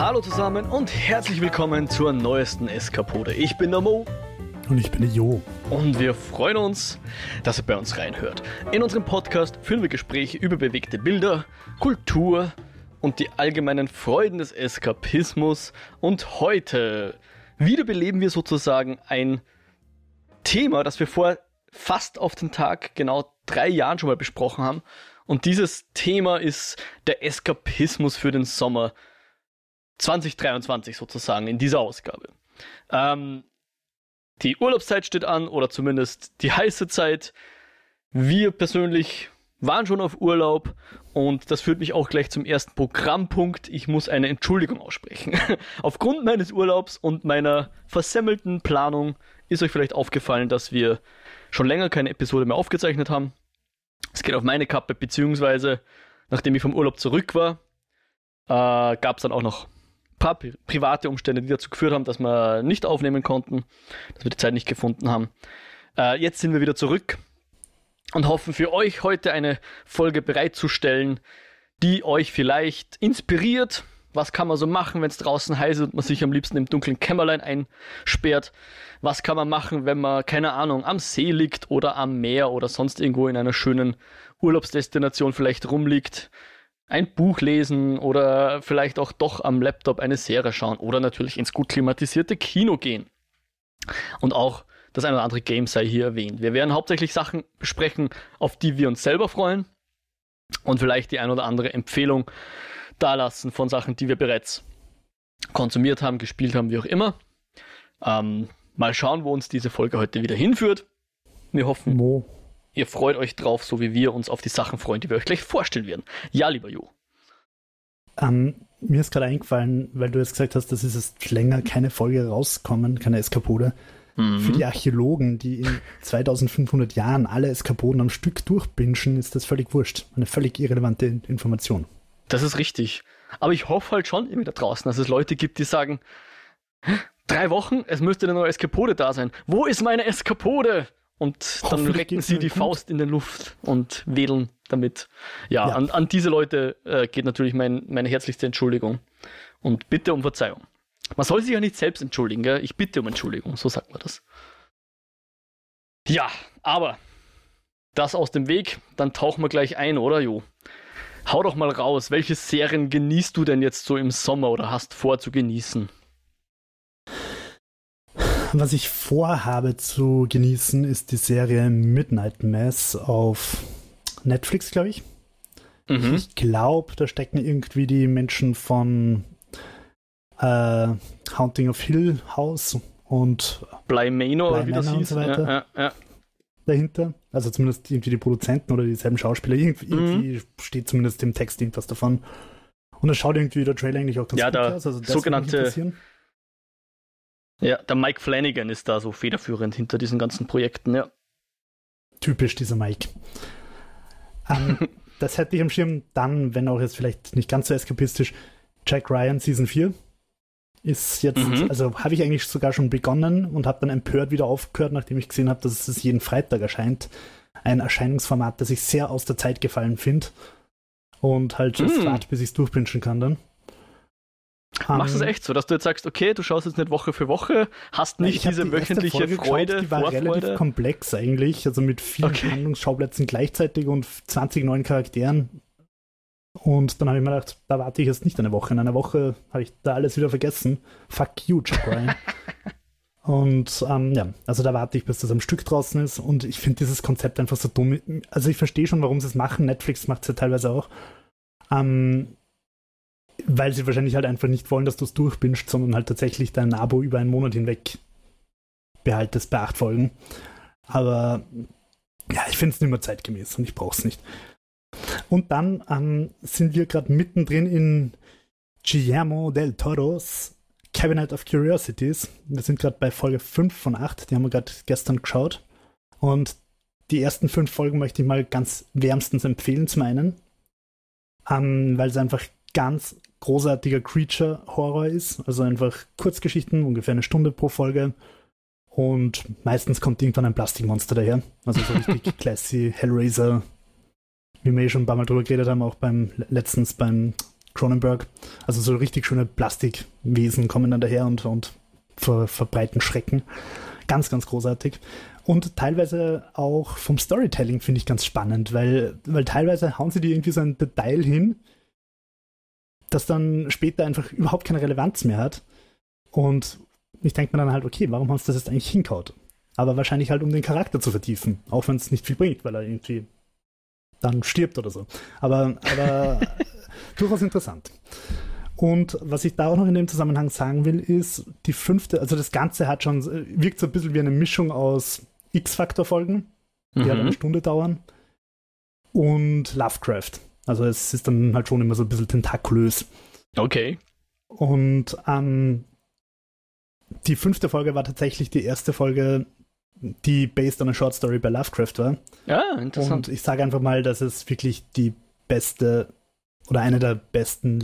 Hallo zusammen und herzlich willkommen zur neuesten Eskapode. Ich bin der Mo. Und ich bin der Jo. Und wir freuen uns, dass ihr bei uns reinhört. In unserem Podcast führen wir Gespräche über bewegte Bilder, Kultur und die allgemeinen Freuden des Eskapismus. Und heute wiederbeleben wir sozusagen ein Thema, das wir vor fast auf den Tag genau 3 Jahren schon mal besprochen haben. Und dieses Thema ist der Eskapismus für den Sommer 2023 sozusagen in dieser Ausgabe. Die Urlaubszeit steht an oder zumindest die heiße Zeit. Wir persönlich waren schon auf Urlaub und das führt mich auch gleich zum ersten Programmpunkt. Ich muss eine Entschuldigung aussprechen. Aufgrund meines Urlaubs und meiner versemmelten Planung ist euch vielleicht aufgefallen, dass wir schon länger keine Episode mehr aufgezeichnet haben. Es geht auf meine Kappe, beziehungsweise nachdem ich vom Urlaub zurück war, gab es dann auch noch ein paar private Umstände, die dazu geführt haben, dass wir nicht aufnehmen konnten, dass wir die Zeit nicht gefunden haben. Jetzt sind wir wieder zurück und hoffen für euch heute eine Folge bereitzustellen, die euch vielleicht inspiriert. Was kann man so machen, wenn es draußen heiß ist und man sich am liebsten im dunklen Kämmerlein einsperrt? Was kann man machen, wenn man, keine Ahnung, am See liegt oder am Meer oder sonst irgendwo in einer schönen Urlaubsdestination vielleicht rumliegt? Ein Buch lesen oder vielleicht auch doch am Laptop eine Serie schauen oder natürlich ins gut klimatisierte Kino gehen. Und auch das ein oder andere Game sei hier erwähnt. Wir werden hauptsächlich Sachen besprechen, auf die wir uns selber freuen und vielleicht die ein oder andere Empfehlung dalassen von Sachen, die wir bereits konsumiert haben, gespielt haben, wie auch immer. Mal schauen, wo uns diese Folge heute wieder hinführt. Wir hoffen, ihr freut euch drauf, so wie wir uns auf die Sachen freuen, die wir euch gleich vorstellen werden. Ja, lieber Jo. Mir ist gerade eingefallen, weil du jetzt gesagt hast, dass es jetzt länger keine Folge rauskommen, keine Eskapode. Für die Archäologen, die in 2500 Jahren alle Eskapoden am Stück durchbingen, ist das völlig wurscht. Eine völlig irrelevante Information. Das ist richtig. Aber ich hoffe halt schon irgendwie da draußen, dass es Leute gibt, die sagen, 3 Wochen, es müsste eine neue Eskapode da sein. Wo ist meine Eskapode? Und dann recken sie die Faust in der Luft und wedeln damit. Ja. An diese Leute geht natürlich meine herzlichste Entschuldigung. Und bitte um Verzeihung. Man soll sich ja nicht selbst entschuldigen, gell? Ich bitte um Entschuldigung, so sagt man das. Ja, aber das aus dem Weg, dann tauchen wir gleich ein, oder Jo? Hau doch mal raus, welche Serien genießt du denn jetzt so im Sommer oder hast vor zu genießen? Was ich vorhabe zu genießen, ist die Serie Midnight Mass auf Netflix, glaube ich. Ich glaube, da stecken irgendwie die Menschen von Haunting of Hill House und Bly Manor, wie das hieß. Und so weiter. Ja. Dahinter. Also zumindest irgendwie die Produzenten oder dieselben Schauspieler. Irgendwie steht zumindest im Text irgendwas davon. Und das schaut irgendwie der Trailer eigentlich auch ganz gut aus. Also das sogenannte. Ja, der Mike Flanagan ist da so federführend hinter diesen ganzen Projekten, ja. Typisch, dieser Mike. Das hätte ich am Schirm dann, wenn auch jetzt vielleicht nicht ganz so eskapistisch, Jack Ryan Season 4 ist jetzt, also habe ich eigentlich sogar schon begonnen und habe dann empört wieder aufgehört, nachdem ich gesehen habe, dass es jeden Freitag erscheint. Ein Erscheinungsformat, das ich sehr aus der Zeit gefallen finde und halt jetzt warte, bis ich es durchpinschen kann dann. Machst du es echt so, dass du jetzt sagst, okay, du schaust jetzt nicht Woche für Woche, hast nicht diese wöchentliche Freude, geschaut, die war relativ komplex eigentlich, also mit vielen Handlungsschauplätzen gleichzeitig und 20 neuen Charakteren. Und dann habe ich mir gedacht, da warte ich jetzt nicht eine Woche. In einer Woche habe ich da alles wieder vergessen. Fuck you, Jack Ryan. Und also da warte ich, bis das am Stück draußen ist. Und ich finde dieses Konzept einfach so dumm. Also ich verstehe schon, warum sie es machen. Netflix macht es ja teilweise auch. Weil sie wahrscheinlich halt einfach nicht wollen, dass du es durchbingst, sondern halt tatsächlich dein Abo über einen Monat hinweg behaltest bei 8 Folgen. Aber ja, ich finde es nicht mehr zeitgemäß und ich brauche es nicht. Und dann sind wir gerade mittendrin in Guillermo del Toros Cabinet of Curiosities. Wir sind gerade bei Folge 5 von 8, die haben wir gerade gestern geschaut. Und die ersten 5 Folgen möchte ich mal ganz wärmstens empfehlen, zum einen, weil es einfach ganz großartiger Creature-Horror ist. Also einfach Kurzgeschichten, ungefähr 1 Stunde pro Folge. Und meistens kommt irgendwann ein Plastikmonster daher. Also so richtig classy Hellraiser, wie wir schon ein paar Mal drüber geredet haben, auch letztens beim Cronenberg. Also so richtig schöne Plastikwesen kommen dann daher und verbreiten Schrecken. Ganz, ganz großartig. Und teilweise auch vom Storytelling finde ich ganz spannend, weil teilweise hauen sie dir irgendwie so ein Detail hin, das dann später einfach überhaupt keine Relevanz mehr hat. Und ich denke mir dann halt, okay, warum haben sie das jetzt eigentlich hingehauen? Aber wahrscheinlich halt, um den Charakter zu vertiefen, auch wenn es nicht viel bringt, weil er irgendwie dann stirbt oder so. Aber durchaus interessant. Und was ich da auch noch in dem Zusammenhang sagen will, ist, die 5., also das Ganze wirkt so ein bisschen wie eine Mischung aus X-Factor-Folgen, die halt eine Stunde dauern, und Lovecraft. Also es ist dann halt schon immer so ein bisschen tentakulös. Okay. Und die 5. Folge war tatsächlich die erste Folge, die based on a short story bei Lovecraft war. Ja, interessant. Und ich sage einfach mal, dass es wirklich die beste oder eine der besten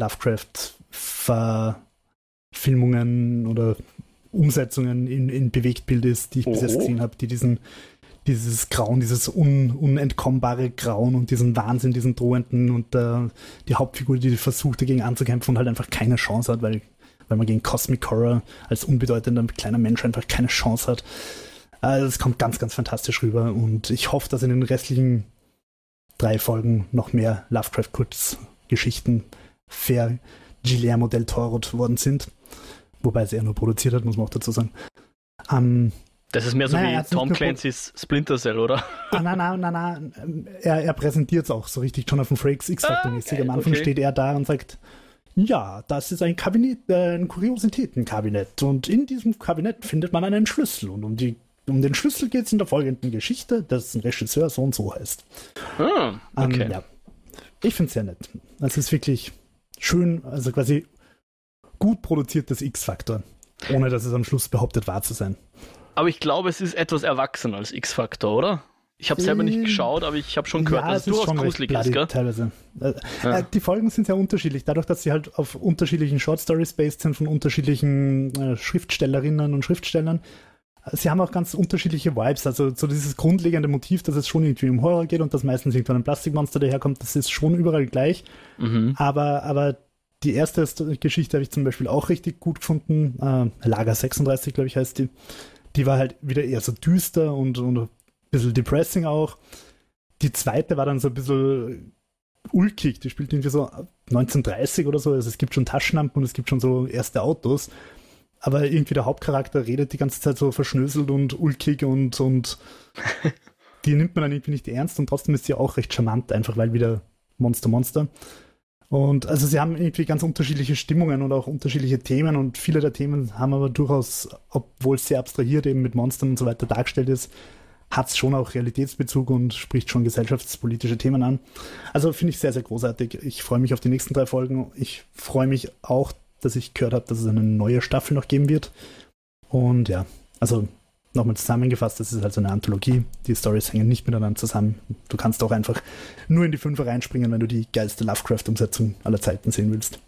Lovecraft-Verfilmungen oder Umsetzungen in Bewegtbild ist, die ich bis jetzt gesehen habe, die dieses Grauen, dieses unentkommbare Grauen und diesen Wahnsinn, diesen drohenden und die Hauptfigur, die versucht, dagegen anzukämpfen und halt einfach keine Chance hat, weil man gegen Cosmic Horror als unbedeutender kleiner Mensch einfach keine Chance hat. Also es kommt ganz, ganz fantastisch rüber und ich hoffe, dass in den restlichen 3 Folgen noch mehr Lovecraft-Kurzgeschichten für Guillermo del Toro worden sind. Wobei es er nur produziert hat, muss man auch dazu sagen. Das ist mehr so wie Tom Clancy's Splinter Cell, oder? Nein. Er präsentiert es auch so richtig Jonathan Frakes X-Factor-mäßig. Am Anfang steht er da und sagt, ja, das ist ein Kabinett, ein Kuriositätenkabinett und in diesem Kabinett findet man einen Schlüssel und um den Schlüssel geht es in der folgenden Geschichte, dass ein Regisseur so und so heißt. Okay. Ja. Ich finde es sehr nett. Es ist wirklich schön, also quasi gut produziertes X-Factor, ohne dass es am Schluss behauptet, wahr zu sein. Aber ich glaube, es ist etwas erwachsener als X-Factor, oder? Ich habe selber nicht geschaut, aber ich habe schon gehört, dass es durchaus gruselig ist, gell? Teilweise. Die Folgen sind sehr unterschiedlich, dadurch, dass sie halt auf unterschiedlichen Short Stories based sind von unterschiedlichen Schriftstellerinnen und Schriftstellern. Sie haben auch ganz unterschiedliche Vibes, also so dieses grundlegende Motiv, dass es schon irgendwie um Horror geht und dass meistens irgendwann ein Plastikmonster daherkommt, das ist schon überall gleich. Aber die erste Geschichte habe ich zum Beispiel auch richtig gut gefunden. Lager 36, glaube ich, heißt die. Die war halt wieder eher so düster und ein bisschen depressing auch. Die zweite war dann so ein bisschen ulkig. Die spielt irgendwie so 1930 oder so. Also es gibt schon Taschenlampen und es gibt schon so erste Autos. Aber irgendwie der Hauptcharakter redet die ganze Zeit so verschnöselt und ulkig und die nimmt man dann irgendwie nicht ernst und trotzdem ist sie auch recht charmant, einfach weil wieder Monster. Und also sie haben irgendwie ganz unterschiedliche Stimmungen und auch unterschiedliche Themen und viele der Themen haben aber durchaus, obwohl es sehr abstrahiert eben mit Monstern und so weiter dargestellt ist, hat es schon auch Realitätsbezug und spricht schon gesellschaftspolitische Themen an. Also finde ich sehr, sehr großartig. Ich freue mich auf die nächsten 3 Folgen. Ich freue mich auch, dass ich gehört habe, dass es eine neue Staffel noch geben wird. Und ja, also nochmal zusammengefasst, das ist halt so eine Anthologie. Die Storys hängen nicht miteinander zusammen. Du kannst auch einfach nur in die 5er reinspringen, wenn du die geilste Lovecraft-Umsetzung aller Zeiten sehen willst.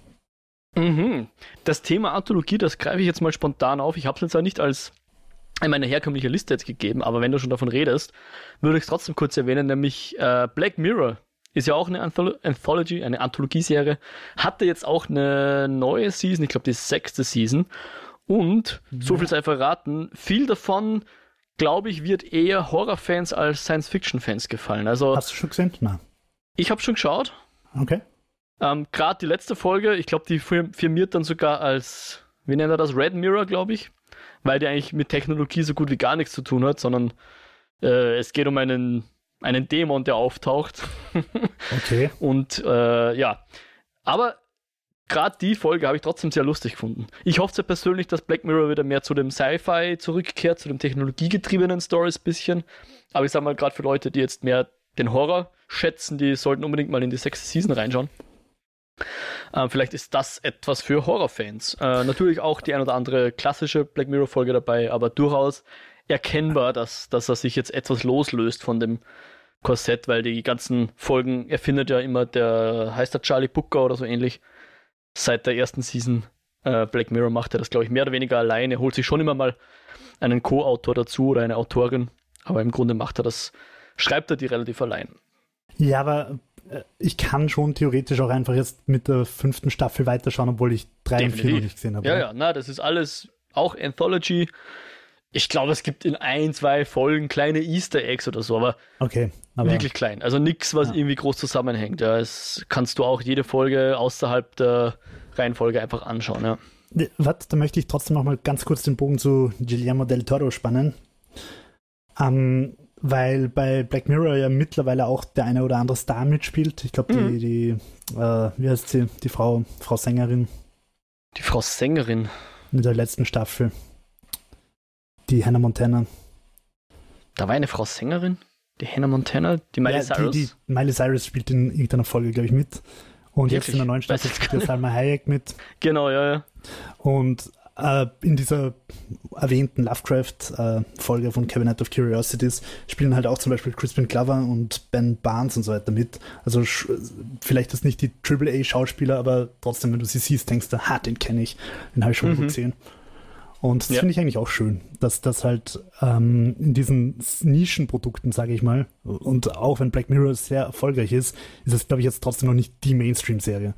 Das Thema Anthologie, das greife ich jetzt mal spontan auf. Ich habe es jetzt auch nicht als in meine herkömmliche Liste jetzt gegeben, aber wenn du schon davon redest, würde ich es trotzdem kurz erwähnen, nämlich Black Mirror ist ja auch eine Anthology, eine Anthologieserie, hatte jetzt auch eine neue Season, ich glaube die 6. Season. Und, so viel sei verraten, viel davon, glaube ich, wird eher Horrorfans als Science-Fiction-Fans gefallen. Also, hast du schon gesehen? Nein. Ich habe schon geschaut. Okay. Gerade die letzte Folge, ich glaube, die firmiert dann sogar als, wie nennt er das, Red Mirror, glaube ich. Weil die eigentlich mit Technologie so gut wie gar nichts zu tun hat, sondern es geht um einen Dämon, der auftaucht. Okay. Und ja, aber gerade die Folge habe ich trotzdem sehr lustig gefunden. Ich hoffe sehr persönlich, dass Black Mirror wieder mehr zu dem Sci-Fi zurückkehrt, zu den technologiegetriebenen Stories ein bisschen. Aber ich sage mal, gerade für Leute, die jetzt mehr den Horror schätzen, die sollten unbedingt mal in die 6. Season reinschauen. Vielleicht ist das etwas für Horrorfans. Natürlich auch die ein oder andere klassische Black Mirror-Folge dabei, aber durchaus erkennbar, dass er sich jetzt etwas loslöst von dem Korsett, weil die ganzen Folgen erfindet ja immer heißt der Charlie Brooker oder so ähnlich. Seit der ersten Season Black Mirror macht er das, glaube ich, mehr oder weniger alleine. Holt sich schon immer mal einen Co-Autor dazu oder eine Autorin, aber im Grunde schreibt er die relativ allein. Ja, aber ich kann schon theoretisch auch einfach jetzt mit der 5. Staffel weiterschauen, obwohl ich 3 und 4 noch nicht gesehen habe. Ja, das ist alles auch Anthology. Ich glaube, es gibt in 1, 2 Folgen kleine Easter Eggs oder so, aber wirklich klein. Also nichts, was irgendwie groß zusammenhängt. Ja, es kannst du auch jede Folge außerhalb der Reihenfolge einfach anschauen. Ja. Warte, da möchte ich trotzdem noch mal ganz kurz den Bogen zu Guillermo del Toro spannen. Weil bei Black Mirror ja mittlerweile auch der eine oder andere Star mitspielt. Ich glaube, wie heißt sie? Die Frau Sängerin. Die Frau Sängerin? In der letzten Staffel. Die Hannah Montana. Da war eine Frau Sängerin? Die Hannah Montana? Die Miley Cyrus? Die Miley Cyrus spielt in irgendeiner Folge, glaube ich, mit. Und jetzt in der neuen Staffel spielt der Salma Hayek mit. Genau, ja. Und in dieser erwähnten Lovecraft-Folge von Cabinet of Curiosities spielen halt auch zum Beispiel Crispin Glover und Ben Barnes und so weiter mit. Also vielleicht ist nicht die AAA-Schauspieler, aber trotzdem, wenn du sie siehst, denkst du, den kenne ich, den habe ich schon gesehen. Und das finde ich eigentlich auch schön, dass das halt in diesen Nischenprodukten, sage ich mal, und auch wenn Black Mirror sehr erfolgreich ist, ist es, glaube ich, jetzt trotzdem noch nicht die Mainstream-Serie.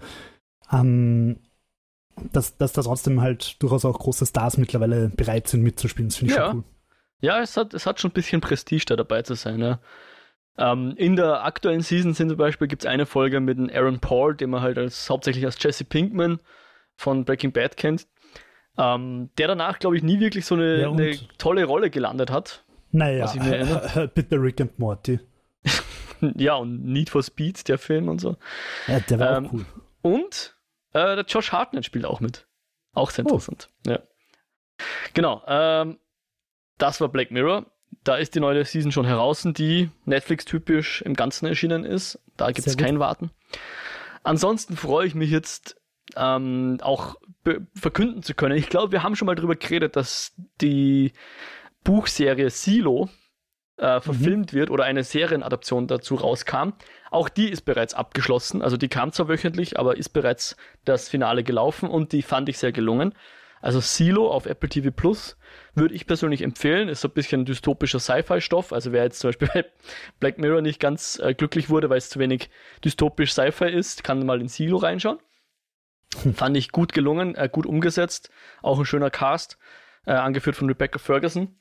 Dass da trotzdem halt durchaus auch große Stars mittlerweile bereit sind mitzuspielen, das finde ich schon cool. Ja, es hat schon ein bisschen Prestige, da dabei zu sein. Ja. In der aktuellen Season zum Beispiel gibt es eine Folge mit dem Aaron Paul, den man halt hauptsächlich als Jesse Pinkman von Breaking Bad kennt, der danach, glaube ich, nie wirklich so eine tolle Rolle gelandet hat. Naja, bitte Rick and Morty. Ja, und Need for Speed, der Film und so. Ja, der war auch cool. Und der Josh Hartnett spielt auch mit. Auch sehr interessant. Ja. Genau. Das war Black Mirror. Da ist die neue Season schon heraus, die Netflix-typisch im Ganzen erschienen ist. Da gibt es kein Warten. Ansonsten freue ich mich jetzt auch verkünden zu können. Ich glaube, wir haben schon mal drüber geredet, dass die Buchserie Silo verfilmt wird oder eine Serienadaption dazu rauskam. Auch die ist bereits abgeschlossen. Also die kam zwar wöchentlich, aber ist bereits das Finale gelaufen und die fand ich sehr gelungen. Also Silo auf Apple TV Plus würde ich persönlich empfehlen. Ist so ein bisschen dystopischer Sci-Fi-Stoff. Also wer jetzt zum Beispiel bei Black Mirror nicht ganz glücklich wurde, weil es zu wenig dystopisch Sci-Fi ist, kann mal in Silo reinschauen. Fand ich gut gelungen, gut umgesetzt. Auch ein schöner Cast, angeführt von Rebecca Ferguson.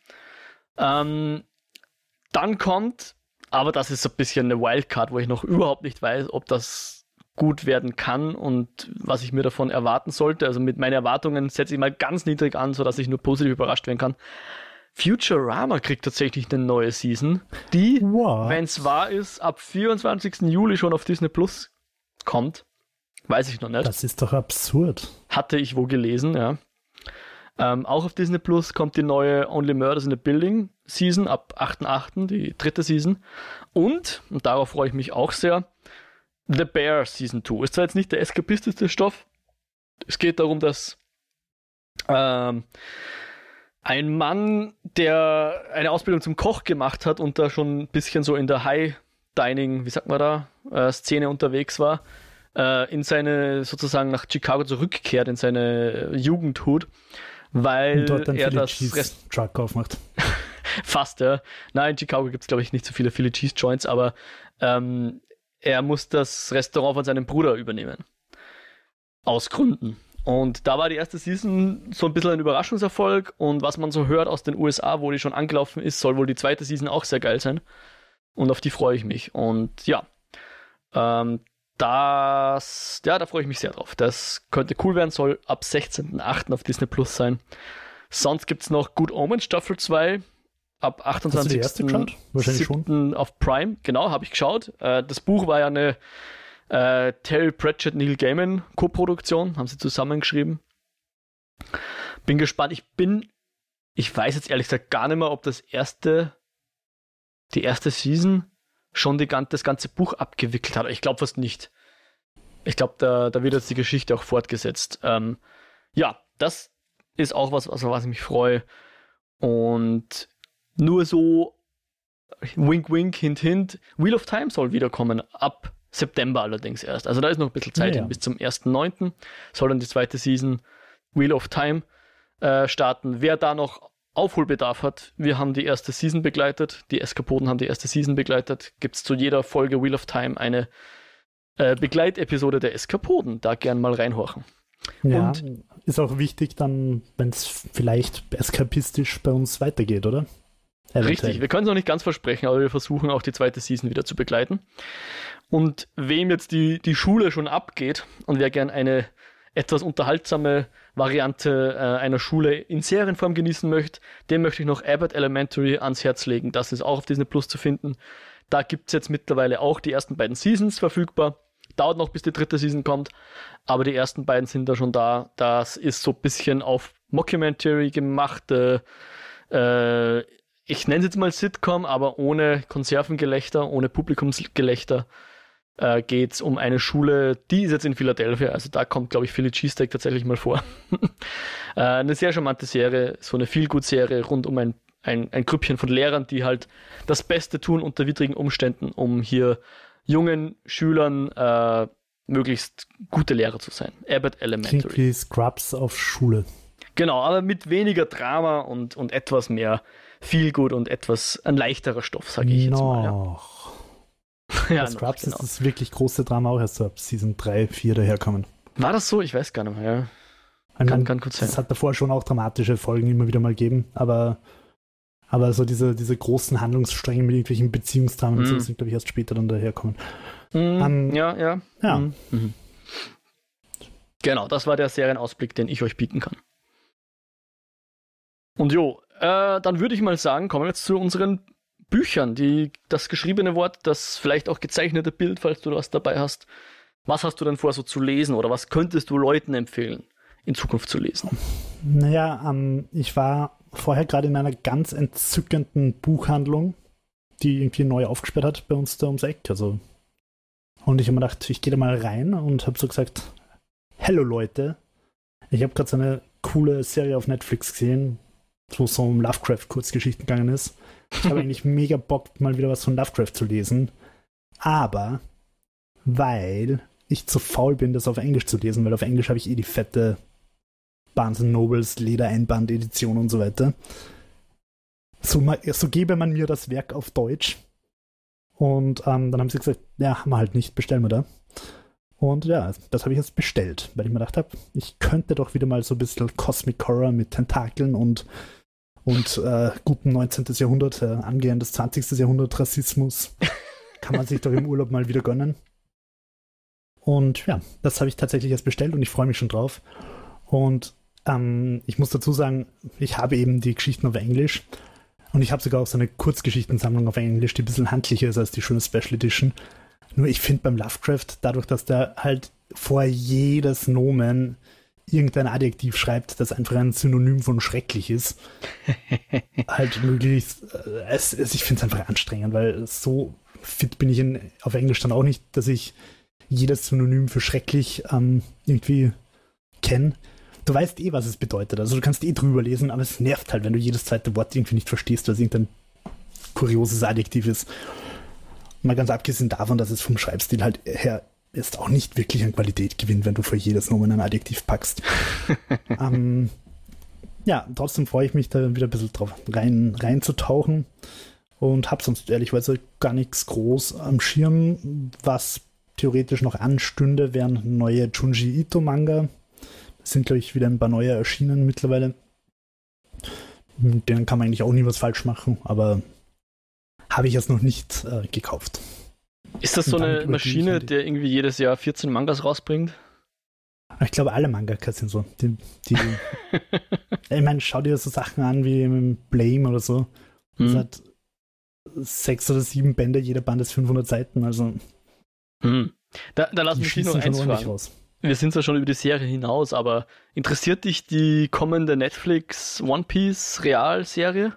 Dann kommt, aber das ist so ein bisschen eine Wildcard, wo ich noch überhaupt nicht weiß, ob das gut werden kann und was ich mir davon erwarten sollte. Also mit meinen Erwartungen setze ich mal ganz niedrig an, sodass ich nur positiv überrascht werden kann. Futurama kriegt tatsächlich eine neue Season, die, wenn es wahr ist, ab 24. Juli schon auf Disney Plus kommt. Weiß ich noch nicht. Das ist doch absurd. Hatte ich wo gelesen, ja. Auch auf Disney Plus kommt die neue Only Murders in the Building Season ab 8.8., die 3. Season. Und darauf freue ich mich auch sehr, The Bear Season 2. Ist zwar jetzt nicht der eskapistischste Stoff. Es geht darum, dass ein Mann, der eine Ausbildung zum Koch gemacht hat und da schon ein bisschen so in der High-Dining, wie sagt man da, Szene unterwegs war, in seine, sozusagen nach Chicago zurückkehrt, in seine Jugendhut, weil dort dann er Philly das Cheese Truck aufmacht. Fast, ja. Nein, in Chicago gibt es, glaube ich, nicht so viele Philly Cheese Joints, aber er muss das Restaurant von seinem Bruder übernehmen. Aus Gründen. Und da war die erste Season so ein bisschen ein Überraschungserfolg und was man so hört aus den USA, wo die schon angelaufen ist, soll wohl die zweite Season auch sehr geil sein. Und auf die freue ich mich. Und ja, da freue ich mich sehr drauf. Das könnte cool werden, soll ab 16.08. auf Disney Plus sein. Sonst gibt es noch Good Omens Staffel 2 ab 28.07. auf Prime. Genau, habe ich geschaut. Das Buch war ja eine Terry Pratchett, Neil Gaiman Co-Produktion, haben sie zusammengeschrieben. Bin gespannt. Ich weiß jetzt ehrlich gesagt gar nicht mehr, ob die erste Season schon das ganze Buch abgewickelt hat. Ich glaube fast nicht. Ich glaube, da wird jetzt die Geschichte auch fortgesetzt. Ja, das ist auch was ich mich freue. Und nur so wink, wink, hint, hint. Wheel of Time soll wiederkommen, ab September allerdings erst. Also da ist noch ein bisschen Zeit hin. Bis zum 1.9. soll dann die zweite Season Wheel of Time starten. Wer da noch Aufholbedarf hat, wir haben die erste Season begleitet. Die Eskapoden haben die erste Season begleitet. Gibt es zu jeder Folge Wheel of Time eine Begleitepisode der Eskapoden, da gern mal reinhorchen. Ja, Und ist auch wichtig dann, wenn es vielleicht eskapistisch bei uns weitergeht, oder? richtig, wir können es noch nicht ganz versprechen, aber wir versuchen auch die zweite Season wieder zu begleiten. Und wem jetzt die Schule schon abgeht und wer gern eine etwas unterhaltsame Variante einer Schule in Serienform genießen möchte, dem möchte ich noch Abbott Elementary ans Herz legen. Das ist auch auf Disney Plus zu finden. Da gibt es jetzt mittlerweile auch die ersten beiden Seasons verfügbar. Dauert noch, bis die dritte Season kommt, aber die ersten beiden sind da schon da. Das ist so ein bisschen auf Mockumentary gemacht. Ich nenne es jetzt mal Sitcom, aber ohne Konservengelächter, ohne Publikumsgelächter. Geht es um eine Schule, die ist jetzt in Philadelphia, also da kommt, glaube ich, Philly Cheesesteak tatsächlich mal vor. Eine sehr charmante Serie, so eine Feel-Good-Serie rund um ein Grüppchen von Lehrern, die halt das Beste tun unter widrigen Umständen, um hier jungen Schülern möglichst gute Lehrer zu sein. Abbott Elementary. Klingt wie Scrubs auf Schule. Genau, aber mit weniger Drama und etwas mehr Feel-Good und etwas ein leichterer Stoff, sage ich jetzt mal. Ja. Ja, bei Scrubs ist das wirklich große Drama auch erst so ab Season 3, 4 daherkommen. War das so? Ich weiß gar nicht mehr. Ja. Kann gut sein. Es hat davor schon auch dramatische Folgen immer wieder mal gegeben, aber so diese großen Handlungsstränge mit irgendwelchen Beziehungsdramen und so sind, glaube ich, erst später dann daherkommen. Ja. Genau, das war der Serienausblick, den ich euch bieten kann. Und dann würde ich mal sagen, kommen wir jetzt zu unseren Büchern, das geschriebene Wort, das vielleicht auch gezeichnete Bild, falls du was dabei hast. Was hast du denn vor, so zu lesen oder was könntest du Leuten empfehlen, in Zukunft zu lesen? Naja, ich war vorher gerade in einer ganz entzückenden Buchhandlung, die irgendwie neu aufgesperrt hat bei uns da ums Eck. Und ich habe mir gedacht, ich gehe da mal rein und habe so gesagt, hello Leute, ich habe gerade so eine coole Serie auf Netflix gesehen, wo es so um Lovecraft-Kurzgeschichten gegangen ist. Ich habe eigentlich mega Bock, mal wieder was von Lovecraft zu lesen. Aber weil ich zu faul bin, das auf Englisch zu lesen, weil auf Englisch habe ich die fette Barnes & Nobles Leder-Einband-Edition und so weiter. So gebe man mir das Werk auf Deutsch. Und dann haben sie gesagt, ja, haben wir halt nicht, bestellen wir da. Und ja, das habe ich jetzt bestellt, weil ich mir gedacht habe, ich könnte doch wieder mal so ein bisschen Cosmic Horror mit Tentakeln und guten 19. Jahrhundert, angehendes 20. Jahrhundert Rassismus, kann man sich doch im Urlaub mal wieder gönnen. Und ja, das habe ich tatsächlich jetzt bestellt und ich freue mich schon drauf. Und ich muss dazu sagen, ich habe eben die Geschichten auf Englisch und ich habe sogar auch so eine Kurzgeschichtensammlung auf Englisch, die ein bisschen handlicher ist als die schöne Special Edition. Nur ich finde beim Lovecraft, dadurch, dass der halt vor jedes Nomen irgendein Adjektiv schreibt, das einfach ein Synonym von schrecklich ist, halt möglichst, ich finde es einfach anstrengend, weil so fit bin ich auf Englisch dann auch nicht, dass ich jedes Synonym für schrecklich irgendwie kenne. Du weißt was es bedeutet, also du kannst drüber lesen, aber es nervt halt, wenn du jedes zweite Wort irgendwie nicht verstehst, weil es irgendein kurioses Adjektiv ist. Mal ganz abgesehen davon, dass es vom Schreibstil halt her ist auch nicht wirklich an Qualität gewinnt, wenn du vor jedes Nomen ein Adjektiv packst. Ja, trotzdem freue ich mich da wieder ein bisschen drauf reinzutauchen und habe sonst ehrlicherweise gar nichts groß am Schirm. Was theoretisch noch anstünde, wären neue Junji Ito Manga. Es sind, glaube ich, wieder ein paar neue erschienen mittlerweile. Mit denen kann man eigentlich auch nie was falsch machen, aber habe ich jetzt noch nicht gekauft. Ist das so eine Maschine, der irgendwie jedes Jahr 14 Mangas rausbringt? Ich glaube, alle Mangaka sind so. Ich meine, schau dir so Sachen an wie Blame oder so. Das hat 6 oder 7 Bände, jeder Band ist 500 Seiten, also. Da lass mich noch eins fragen. Wir sind zwar schon über die Serie hinaus, aber interessiert dich die kommende Netflix One Piece Real-Serie?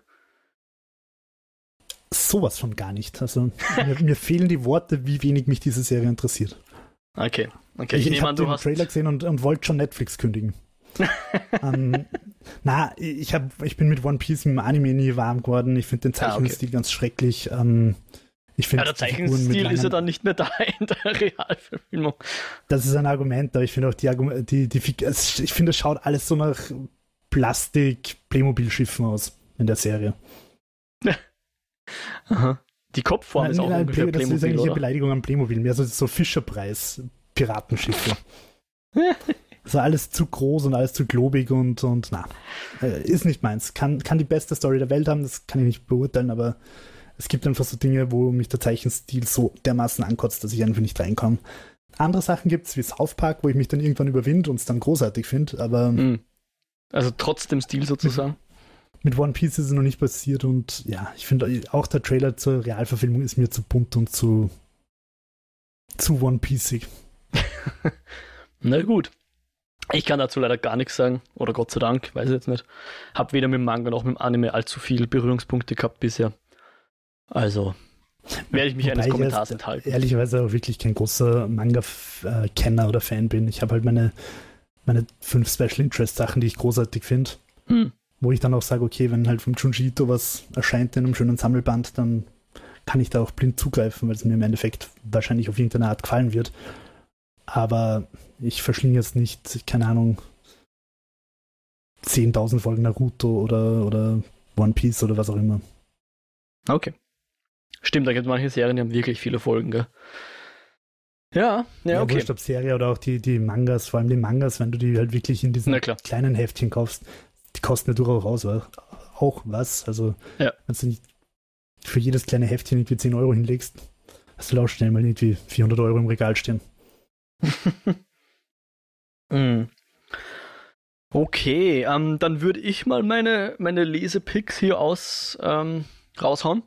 Sowas von gar nicht. Also mir fehlen die Worte, wie wenig mich diese Serie interessiert. Okay. Ich habe den Trailer gesehen und wollte schon Netflix kündigen. Ich bin mit One Piece im Anime nie warm geworden. Ich finde den Zeichenstil ganz schrecklich. Ich find, der Zeichenstil ist ja dann nicht mehr da in der Realverfilmung. Das ist ein Argument, aber ich finde auch ich finde, es schaut alles so nach Plastik-Playmobil-Schiffen aus in der Serie. Aha. Die Kopfform ist auch ungefähr Das Playmobil, ist eigentlich oder? eine Beleidigung an Playmobil, mehr so Fischerpreis-Piratenschiffe. Also alles zu groß und alles zu globig und na, ist nicht meins. Kann die beste Story der Welt haben, das kann ich nicht beurteilen, aber es gibt einfach so Dinge, wo mich der Zeichenstil so dermaßen ankotzt, dass ich einfach nicht reinkomme. Andere Sachen gibt es wie South Park, wo ich mich dann irgendwann überwinde und es dann großartig finde, aber also trotz dem Stil sozusagen. Mit One Piece ist es noch nicht passiert und ja, ich finde auch der Trailer zur Realverfilmung ist mir zu bunt und zu One Pieceig. Na gut. Ich kann dazu leider gar nichts sagen, oder Gott sei Dank, weiß ich jetzt nicht. Hab weder mit dem Manga noch mit dem Anime allzu viel Berührungspunkte gehabt bisher. Also werde ich mich eines Kommentars enthalten. Ehrlicherweise auch wirklich kein großer Manga-Kenner oder Fan bin. Ich habe halt meine 5 Special Interest Sachen, die ich großartig finde. Wo ich dann auch sage, okay, wenn halt vom Junji Ito was erscheint in einem schönen Sammelband, dann kann ich da auch blind zugreifen, weil es mir im Endeffekt wahrscheinlich auf irgendeine Art gefallen wird. Aber ich verschlinge jetzt nicht, keine Ahnung, 10.000 Folgen Naruto oder One Piece oder was auch immer. Okay. Stimmt, da gibt es manche Serien, die haben wirklich viele Folgen, gell? Ja, okay. Wurscht, ob Serie oder auch die Mangas, vor allem die Mangas, wenn du die halt wirklich in diesen kleinen Heftchen kaufst, die kosten ja durchaus auch was. Also, wenn du nicht für jedes kleine Heftchen irgendwie 10 Euro hinlegst, hast du auch schnell mal irgendwie 400 Euro im Regal stehen. Okay, dann würde ich mal meine Lesepicks hier raushauen.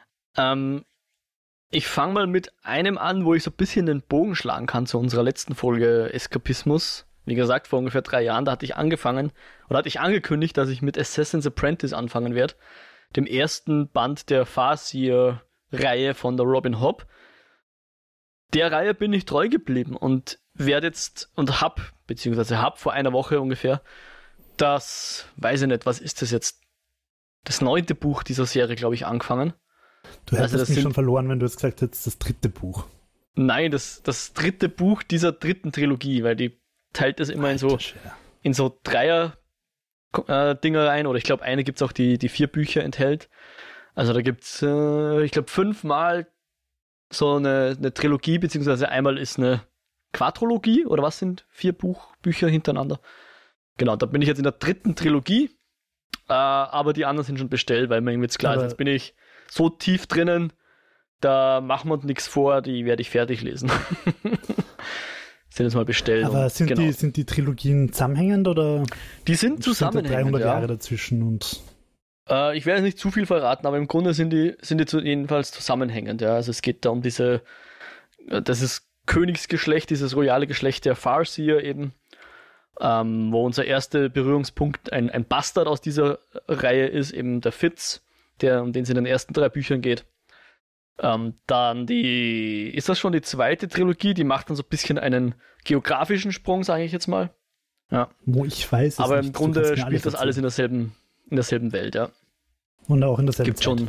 Ich fange mal mit einem an, wo ich so ein bisschen den Bogen schlagen kann zu unserer letzten Folge Eskapismus. Wie gesagt, vor ungefähr 3 Jahren, da hatte ich angekündigt, dass ich mit Assassin's Apprentice anfangen werde. Dem ersten Band der Farseer-Reihe von der Robin Hobb. Der Reihe bin ich treu geblieben und hab vor einer Woche ungefähr weiß ich nicht, was ist das jetzt? Das 9. Buch dieser Serie, glaube ich, angefangen. Du hättest mich schon verloren, wenn du jetzt gesagt hättest, das 3. Buch. Nein, das 3. Buch dieser 3. Trilogie, weil die teilt das immer in so 3er Dinger rein, oder ich glaube, eine gibt es auch, die 4 Bücher enthält. Also da gibt es, ich glaube, 5-mal so eine Trilogie, beziehungsweise einmal ist eine Quadrologie, oder was sind 4 Bücher hintereinander? Genau, da bin ich jetzt in der 3. Trilogie, aber die anderen sind schon bestellt, weil mir irgendwie jetzt klar ist, jetzt bin ich so tief drinnen, da machen wir uns nichts vor, die werde ich fertig lesen. Sind jetzt mal bestellt. Aber sind die Trilogien zusammenhängend oder? Die sind zusammenhängend, 300 Jahre dazwischen und. Ich werde nicht zu viel verraten, aber im Grunde sind die jedenfalls zusammenhängend. Ja. Also es geht da um das ist Königsgeschlecht, dieses royale Geschlecht der Farseer eben, wo unser erster Berührungspunkt ein Bastard aus dieser Reihe ist, eben der Fitz, um den es in den ersten 3 Büchern geht. Dann ist das schon die 2. Trilogie, die macht dann so ein bisschen einen geografischen Sprung, sage ich jetzt mal. Ja. Wo ich weiß, aber im Grunde spielt das alles in derselben Welt, ja. Und auch in derselben Gibt schon.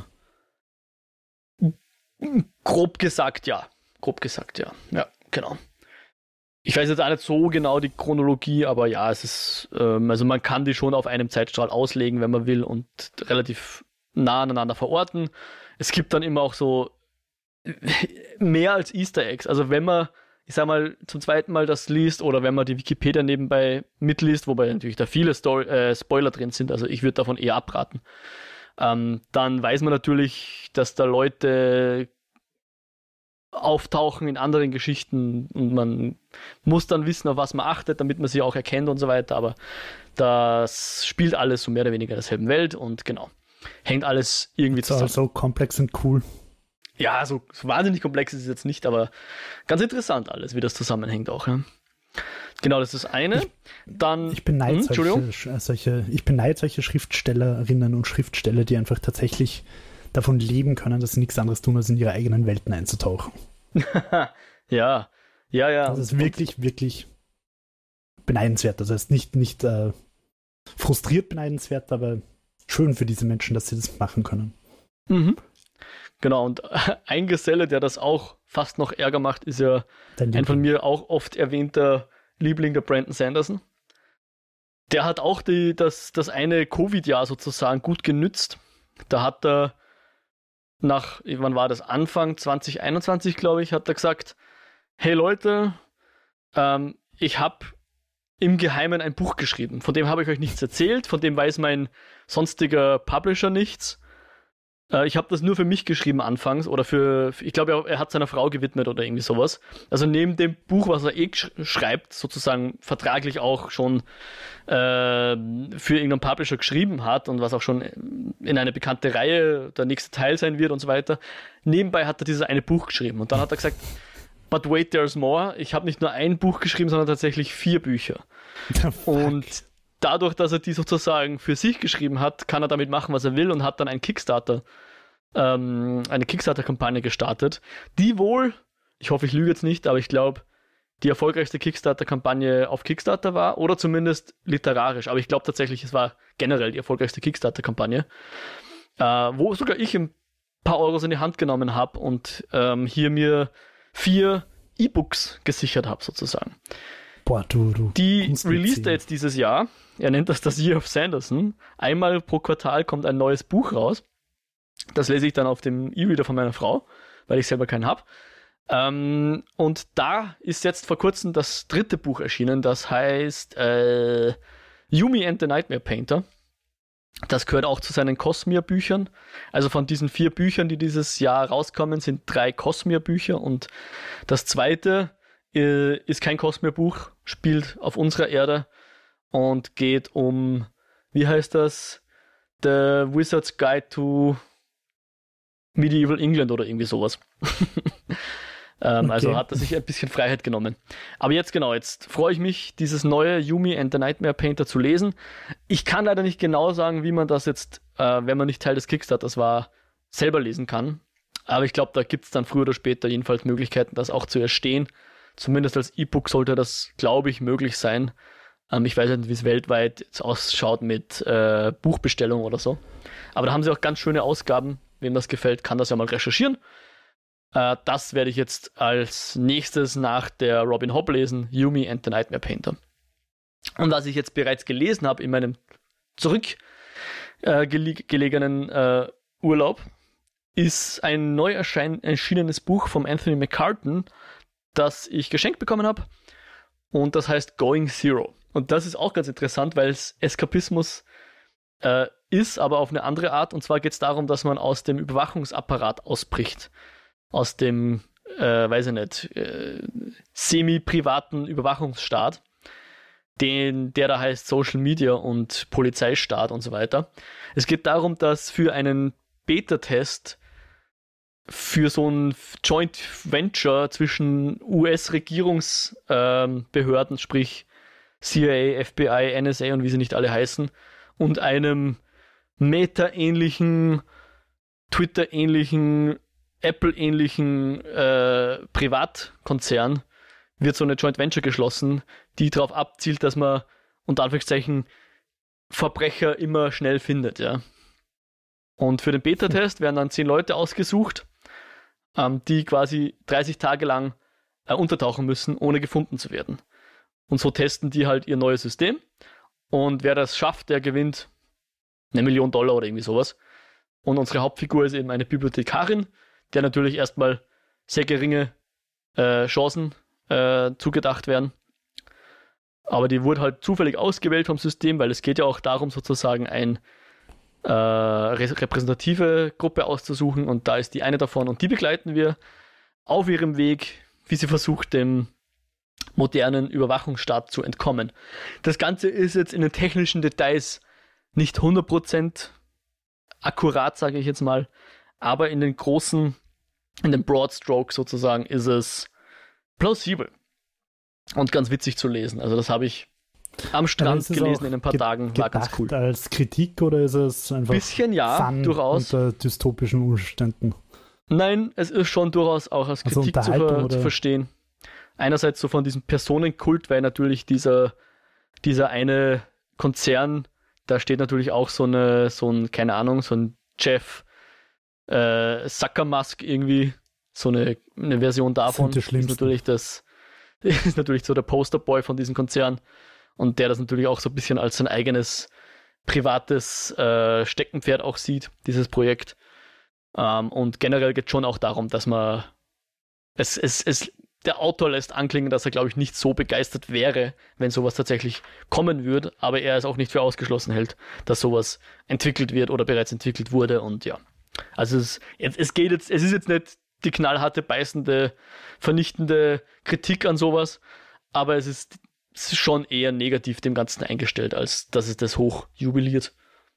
Grob gesagt, ja. Ja, genau. Ich weiß jetzt auch nicht so genau die Chronologie, aber ja, es ist, also man kann die schon auf einem Zeitstrahl auslegen, wenn man will, und relativ nah aneinander verorten. Es gibt dann immer auch so mehr als Easter Eggs. Also wenn man, ich sag mal, zum zweiten Mal das liest oder wenn man die Wikipedia nebenbei mitliest, wobei natürlich da viele Spoiler drin sind, also ich würde davon eher abraten, dann weiß man natürlich, dass da Leute auftauchen in anderen Geschichten und man muss dann wissen, auf was man achtet, damit man sie auch erkennt und so weiter, aber das spielt alles so mehr oder weniger in derselben Welt und genau, hängt alles irgendwie zusammen. So komplex und cool. Ja, so wahnsinnig komplex ist es jetzt nicht, aber ganz interessant alles, wie das zusammenhängt auch. Ja. Genau, das ist das eine. Ich beneide solche Schriftstellerinnen und Schriftsteller, die einfach tatsächlich davon leben können, dass sie nichts anderes tun, als in ihre eigenen Welten einzutauchen. Ja. Das ist wirklich, wirklich beneidenswert. Das heißt nicht frustriert beneidenswert, aber schön für diese Menschen, dass sie das machen können. Mhm. Genau, und ein Geselle, der das auch fast noch Ärger macht, ist ja ein von mir auch oft erwähnter Liebling, der Brandon Sanderson. Der hat auch das eine Covid-Jahr sozusagen gut genützt. Da hat er wann war das? Anfang 2021, glaube ich, hat er gesagt, hey Leute, ich habe im Geheimen ein Buch geschrieben. Von dem habe ich euch nichts erzählt, von dem weiß mein sonstiger Publisher nichts. Ich habe das nur für mich geschrieben anfangs oder ich glaube, er hat seiner Frau gewidmet oder irgendwie sowas. Also neben dem Buch, was er schreibt, sozusagen vertraglich auch schon für irgendeinen Publisher geschrieben hat und was auch schon in eine bekannte Reihe der nächste Teil sein wird und so weiter. Nebenbei hat er dieses eine Buch geschrieben und dann hat er gesagt, but wait, there's more. Ich habe nicht nur ein Buch geschrieben, sondern tatsächlich 4 Bücher. Und dadurch, dass er die sozusagen für sich geschrieben hat, kann er damit machen, was er will und hat dann eine Kickstarter-Kampagne gestartet, die wohl, ich hoffe, ich lüge jetzt nicht, aber ich glaube, die erfolgreichste Kickstarter-Kampagne auf Kickstarter war oder zumindest literarisch, aber ich glaube tatsächlich, es war generell die erfolgreichste Kickstarter-Kampagne, wo sogar ich ein paar Euros in die Hand genommen habe und hier mir 4 E-Books gesichert habe sozusagen. Boah, du. Die released er jetzt dieses Jahr. Er nennt das Year of Sanderson. Einmal pro Quartal kommt ein neues Buch raus. Das lese ich dann auf dem E-Reader von meiner Frau, weil ich selber keinen habe. Und da ist jetzt vor kurzem das 3. Buch erschienen. Das heißt Yumi and the Nightmare Painter. Das gehört auch zu seinen Cosmere-Büchern. Also von diesen 4 Büchern, die dieses Jahr rauskommen, sind 3 Cosmere-Bücher. Und das 2. ist kein Cosmere-Buch, spielt auf unserer Erde und geht um, wie heißt das? The Wizard's Guide to Medieval England oder irgendwie sowas. Okay. Also hat er sich ein bisschen Freiheit genommen. Aber jetzt freue ich mich, dieses neue Yumi and the Nightmare Painter zu lesen. Ich kann leider nicht genau sagen, wie man das jetzt, wenn man nicht Teil des Kickstarters war, selber lesen kann. Aber ich glaube, da gibt es dann früher oder später jedenfalls Möglichkeiten, das auch zu erstehen. Zumindest als E-Book sollte das, glaube ich, möglich sein. Ich weiß nicht, wie es weltweit jetzt ausschaut mit Buchbestellung oder so. Aber da haben sie auch ganz schöne Ausgaben. Wem das gefällt, kann das ja mal recherchieren. Das werde ich jetzt als nächstes nach der Robin Hobb lesen, Yumi and the Nightmare Painter. Und was ich jetzt bereits gelesen habe in meinem zurückgelegenen Urlaub, ist ein neu erschienenes Buch vom Anthony McCartan, das ich geschenkt bekommen habe. Und das heißt Going Zero. Und das ist auch ganz interessant, weil es Eskapismus ist, aber auf eine andere Art. Und zwar geht es darum, dass man aus dem Überwachungsapparat ausbricht. Aus dem, semi-privaten Überwachungsstaat, der da heißt Social Media und Polizeistaat und so weiter. Es geht darum, dass für einen Beta-Test für so ein Joint Venture zwischen US-Regierungsbehörden, sprich CIA, FBI, NSA und wie sie nicht alle heißen, und einem Meta-ähnlichen, Twitter-ähnlichen, Apple-ähnlichen Privatkonzern wird so eine Joint Venture geschlossen, die darauf abzielt, dass man unter Anführungszeichen Verbrecher immer schnell findet, ja. Und für den Beta-Test werden dann 10 Leute ausgesucht, die quasi 30 Tage lang untertauchen müssen, ohne gefunden zu werden. Und so testen die halt ihr neues System. Und wer das schafft, der gewinnt $1 Million oder irgendwie sowas. Und unsere Hauptfigur ist eben eine Bibliothekarin, der natürlich erstmal sehr geringe Chancen zugedacht werden. Aber die wurde halt zufällig ausgewählt vom System, weil es geht ja auch darum, sozusagen eine repräsentative Gruppe auszusuchen. Und da ist die eine davon und die begleiten wir auf ihrem Weg, wie sie versucht, dem modernen Überwachungsstaat zu entkommen. Das Ganze ist jetzt in den technischen Details nicht 100% akkurat, sage ich jetzt mal, aber in den Broad Strokes sozusagen ist es plausibel und ganz witzig zu lesen. Also das habe ich am Strand gelesen in ein paar Tagen, war ganz cool. Als Kritik oder ist es einfach bisschen ja, Fun durchaus unter dystopischen Umständen? Nein, es ist schon durchaus auch als Kritik zu verstehen. Einerseits so von diesem Personenkult, weil natürlich dieser eine Konzern, da steht natürlich auch so ein Jeff Zuckermusk irgendwie, so eine Version davon. Das ist natürlich so der Posterboy von diesem Konzern und der das natürlich auch so ein bisschen als sein eigenes privates Steckenpferd auch sieht, dieses Projekt. Und generell geht es schon auch darum, dass man der Autor lässt anklingen, dass er, glaube ich, nicht so begeistert wäre, wenn sowas tatsächlich kommen würde, aber er es auch nicht für ausgeschlossen hält, dass sowas entwickelt wird oder bereits entwickelt wurde. Und ja, also es ist jetzt nicht die knallharte, beißende, vernichtende Kritik an sowas, aber es ist schon eher negativ dem Ganzen eingestellt, als dass es das hoch jubiliert.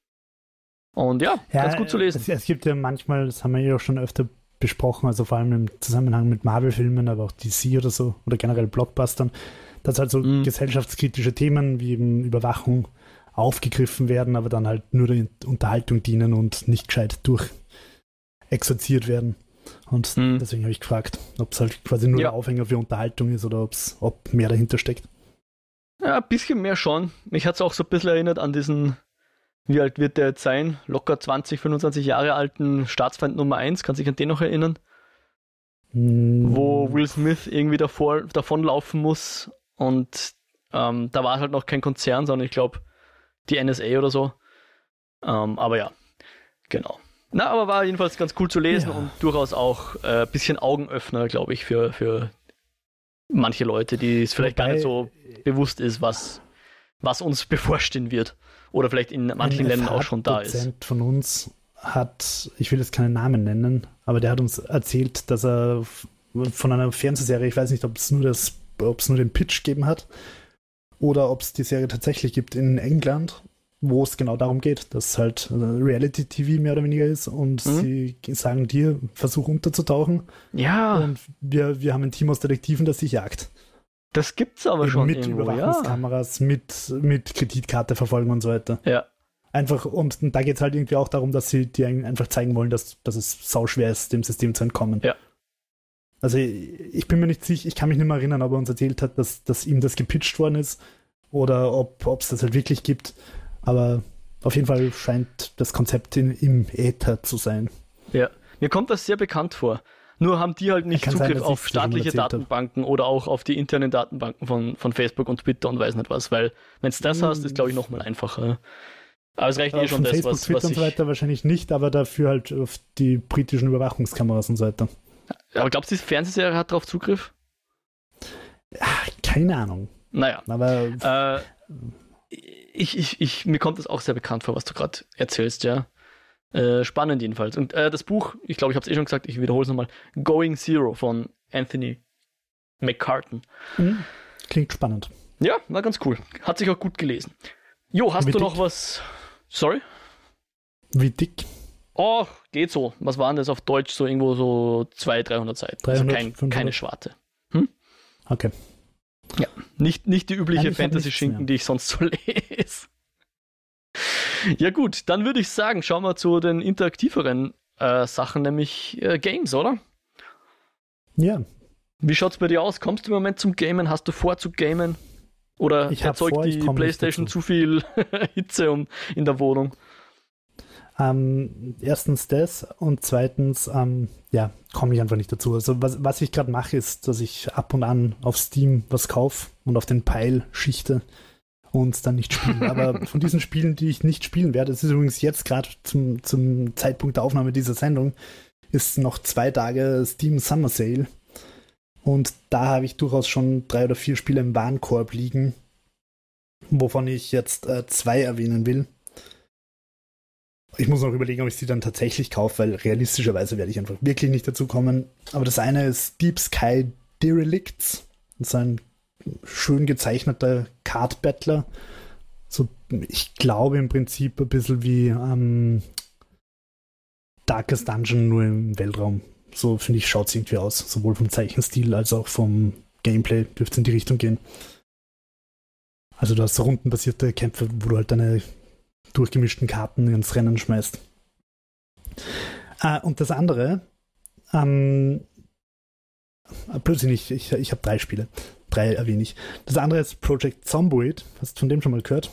Und ja, ganz gut zu lesen. Es gibt ja manchmal, das haben wir ja auch schon öfter besprochen, also vor allem im Zusammenhang mit Marvel-Filmen, aber auch DC oder so, oder generell Blockbustern, dass halt so gesellschaftskritische Themen wie eben Überwachung aufgegriffen werden, aber dann halt nur der Unterhaltung dienen und nicht gescheit durchexerziert werden. Und deswegen habe ich gefragt, ob es halt quasi nur der Aufhänger für Unterhaltung ist oder ob mehr dahinter steckt. Ja, ein bisschen mehr schon. Mich hat es auch so ein bisschen erinnert an diesen, wie alt wird der jetzt sein? Locker 20, 25 Jahre alten Staatsfeind Nummer 1. Kannst du dich an den noch erinnern? Wo Will Smith irgendwie davonlaufen muss und da war halt noch kein Konzern, sondern ich glaube die NSA oder so. Aber ja, genau. Na, aber war jedenfalls ganz cool zu lesen und durchaus auch ein bisschen Augenöffner, glaube ich, für manche Leute, die es vielleicht gar nicht so bewusst ist, was uns bevorstehen wird. Oder vielleicht in manchen Ländern auch schon da ist. Ein von uns hat, ich will jetzt keinen Namen nennen, aber der hat uns erzählt, dass er von einer Fernsehserie, ich weiß nicht, ob es nur den Pitch gegeben hat oder ob es die Serie tatsächlich gibt in England, wo es genau darum geht, dass halt Reality-TV mehr oder weniger ist und sie sagen dir, versuch unterzutauchen. Ja. Und wir haben ein Team aus Detektiven, das dich jagt. Das gibt's aber eben schon mit irgendwo, Überwachungskameras, mit Kreditkarte verfolgen und so weiter. Ja. Einfach, und da geht es halt irgendwie auch darum, dass sie dir einfach zeigen wollen, dass es sauschwer ist, dem System zu entkommen. Ja. Also ich bin mir nicht sicher, ich kann mich nicht mehr erinnern, ob er uns erzählt hat, dass ihm das gepitcht worden ist oder ob es das halt wirklich gibt. Aber auf jeden Fall scheint das Konzept im Äther zu sein. Ja, mir kommt das sehr bekannt vor. Nur haben die halt nicht Zugriff auf staatliche Datenbanken oder auch auf die internen Datenbanken von Facebook und Twitter und weiß nicht was, weil wenn es das hast, ist glaube ich nochmal einfacher. Aber es reicht schon das, Facebook, was Twitter und so weiter wahrscheinlich nicht, aber dafür halt auf die britischen Überwachungskameras und so weiter. Aber glaubst du, die Fernsehserie hat darauf Zugriff? Keine Ahnung. Naja. Aber mir kommt das auch sehr bekannt vor, was du gerade erzählst, ja. Spannend jedenfalls. Und das Buch, ich glaube, ich habe es schon gesagt, ich wiederhole es nochmal, Going Zero von Anthony McCartan. Klingt spannend. Ja, war ganz cool. Hat sich auch gut gelesen. Jo, hast du noch was? Sorry? Wie dick? Oh, geht so. Was waren das auf Deutsch? So irgendwo so 200-300 Seiten. 300, also keine Schwarte. Okay. Ja, nicht die übliche Fantasy-Schinken, die ich sonst so lese. Ja gut, dann würde ich sagen, schauen wir zu den interaktiveren Sachen, nämlich Games, oder? Ja. Wie schaut's bei dir aus? Kommst du im Moment zum Gamen? Hast du vor zu gamen? Oder erzeugt die PlayStation zu viel Hitze in der Wohnung? Erstens das und zweitens, komme ich einfach nicht dazu. Also was ich gerade mache, ist, dass ich ab und an auf Steam was kaufe und auf den Pile schichte und dann nicht spiele. Aber von diesen Spielen, die ich nicht spielen werde, das ist übrigens jetzt gerade zum Zeitpunkt der Aufnahme dieser Sendung, ist noch 2 Tage Steam Summer Sale. Und da habe ich durchaus schon 3 oder 4 Spiele im Warenkorb liegen, wovon ich jetzt 2 erwähnen will. Ich muss noch überlegen, ob ich sie dann tatsächlich kaufe, weil realistischerweise werde ich einfach wirklich nicht dazu kommen. Aber das eine ist Deep Sky Derelicts. Das ist ein schön gezeichneter Card-Battler. So, ich glaube im Prinzip ein bisschen wie Darkest Dungeon, nur im Weltraum. So, finde ich, schaut es irgendwie aus. Sowohl vom Zeichenstil als auch vom Gameplay dürfte es in die Richtung gehen. Also du hast so rundenbasierte Kämpfe, wo du halt deine durchgemischten Karten ins Rennen schmeißt. Und das andere, plötzlich nicht, ich habe 3 Spiele. 3 erwähne ich. Das andere ist Project Zomboid. Hast du von dem schon mal gehört?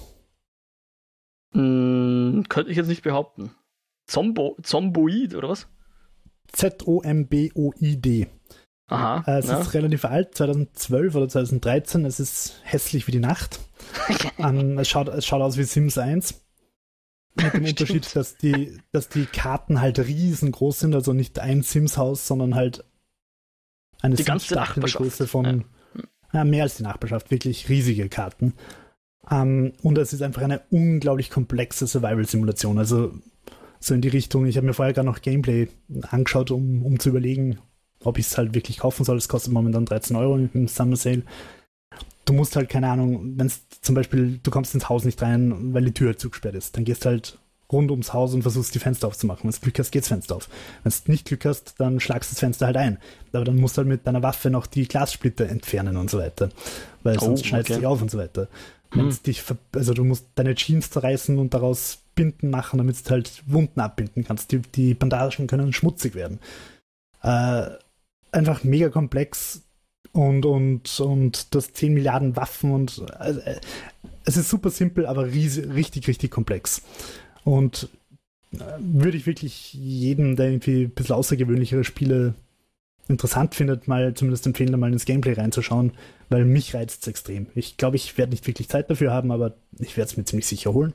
Könnte ich jetzt nicht behaupten. Zomboid, oder was? Z-O-M-B-O-I-D. Aha. Es ist relativ alt, 2012 oder 2013. Es ist hässlich wie die Nacht. Es schaut aus wie Sims 1. Mit dem Unterschied, dass die Karten halt riesengroß sind, also nicht ein Sims-Haus, sondern halt eine die ganze Nachbarschaft. Größe von mehr als die Nachbarschaft, wirklich riesige Karten. Und es ist einfach eine unglaublich komplexe Survival-Simulation. Also so in die Richtung, ich habe mir vorher gar noch Gameplay angeschaut, um zu überlegen, ob ich es halt wirklich kaufen soll. Es kostet momentan 13 Euro im Summer Sale. Du musst halt, keine Ahnung, wenn es zum Beispiel, du kommst ins Haus nicht rein, weil die Tür halt zugesperrt ist, dann gehst du halt rund ums Haus und versuchst die Fenster aufzumachen. Wenn du Glück hast, geht das Fenster auf. Wenn du nicht Glück hast, dann schlagst du das Fenster halt ein. Aber dann musst du halt mit deiner Waffe noch die Glassplitter entfernen und so weiter. Weil sonst schneidest du dich auf und so weiter. Also du musst deine Jeans zerreißen und daraus Binden machen, damit du halt Wunden abbinden kannst. Die Bandagen können schmutzig werden. Einfach mega komplex. Und das 10 Milliarden Waffen und es ist super simpel, aber richtig, richtig komplex. Und würde ich wirklich jedem, der irgendwie ein bisschen außergewöhnlichere Spiele interessant findet, mal zumindest empfehlen, da mal ins Gameplay reinzuschauen, weil mich reizt es extrem. Ich glaube, ich werde nicht wirklich Zeit dafür haben, aber ich werde es mir ziemlich sicher holen.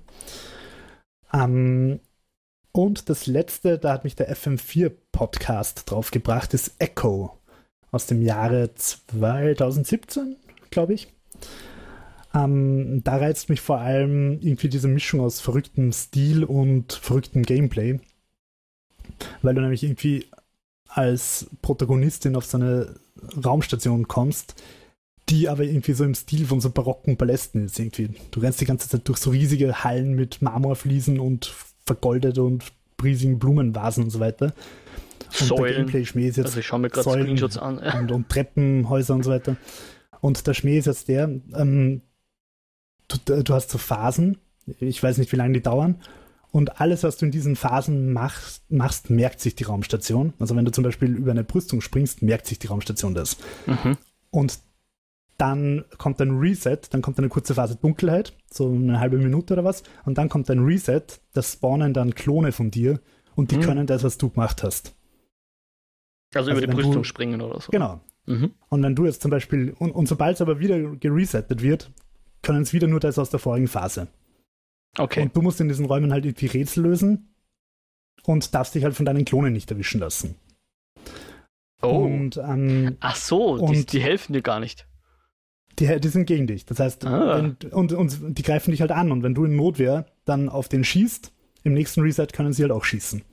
Und das letzte, da hat mich der FM4-Podcast draufgebracht, ist Echo. Aus dem Jahre 2017, glaube ich. Da reizt mich vor allem irgendwie diese Mischung aus verrücktem Stil und verrücktem Gameplay. Weil du nämlich irgendwie als Protagonistin auf so eine Raumstation kommst, die aber irgendwie so im Stil von so barocken Palästen ist. Irgendwie. Du rennst die ganze Zeit durch so riesige Hallen mit Marmorfliesen und vergoldet und riesigen Blumenvasen und so weiter. Und Säulen. der Gameplay-Schmäh ist jetzt also ich schaue mir gerade Screenshots an. Und Treppenhäuser und so weiter. Und der Schmäh ist jetzt der, du hast so Phasen, ich weiß nicht, wie lange die dauern, und alles, was du in diesen Phasen machst, merkt sich die Raumstation. Also wenn du zum Beispiel über eine Brüstung springst, merkt sich die Raumstation das. Und dann kommt ein Reset, dann kommt eine kurze Phase Dunkelheit, so eine halbe Minute oder was, und dann kommt ein Reset, das spawnen dann Klone von dir und die können das, was du gemacht hast. Also über die Brüstung springen oder so. Genau. Und wenn du jetzt zum Beispiel, und sobald es aber wieder geresettet wird, können es wieder nur das aus der vorigen Phase. Okay. Und du musst in diesen Räumen halt irgendwie Rätsel lösen und darfst dich halt von deinen Klonen nicht erwischen lassen. Oh. Und, ach so, die helfen dir gar nicht. Die sind gegen dich. Das heißt, und die greifen dich halt an. Und wenn du in Notwehr dann auf den schießt, im nächsten Reset können sie halt auch schießen.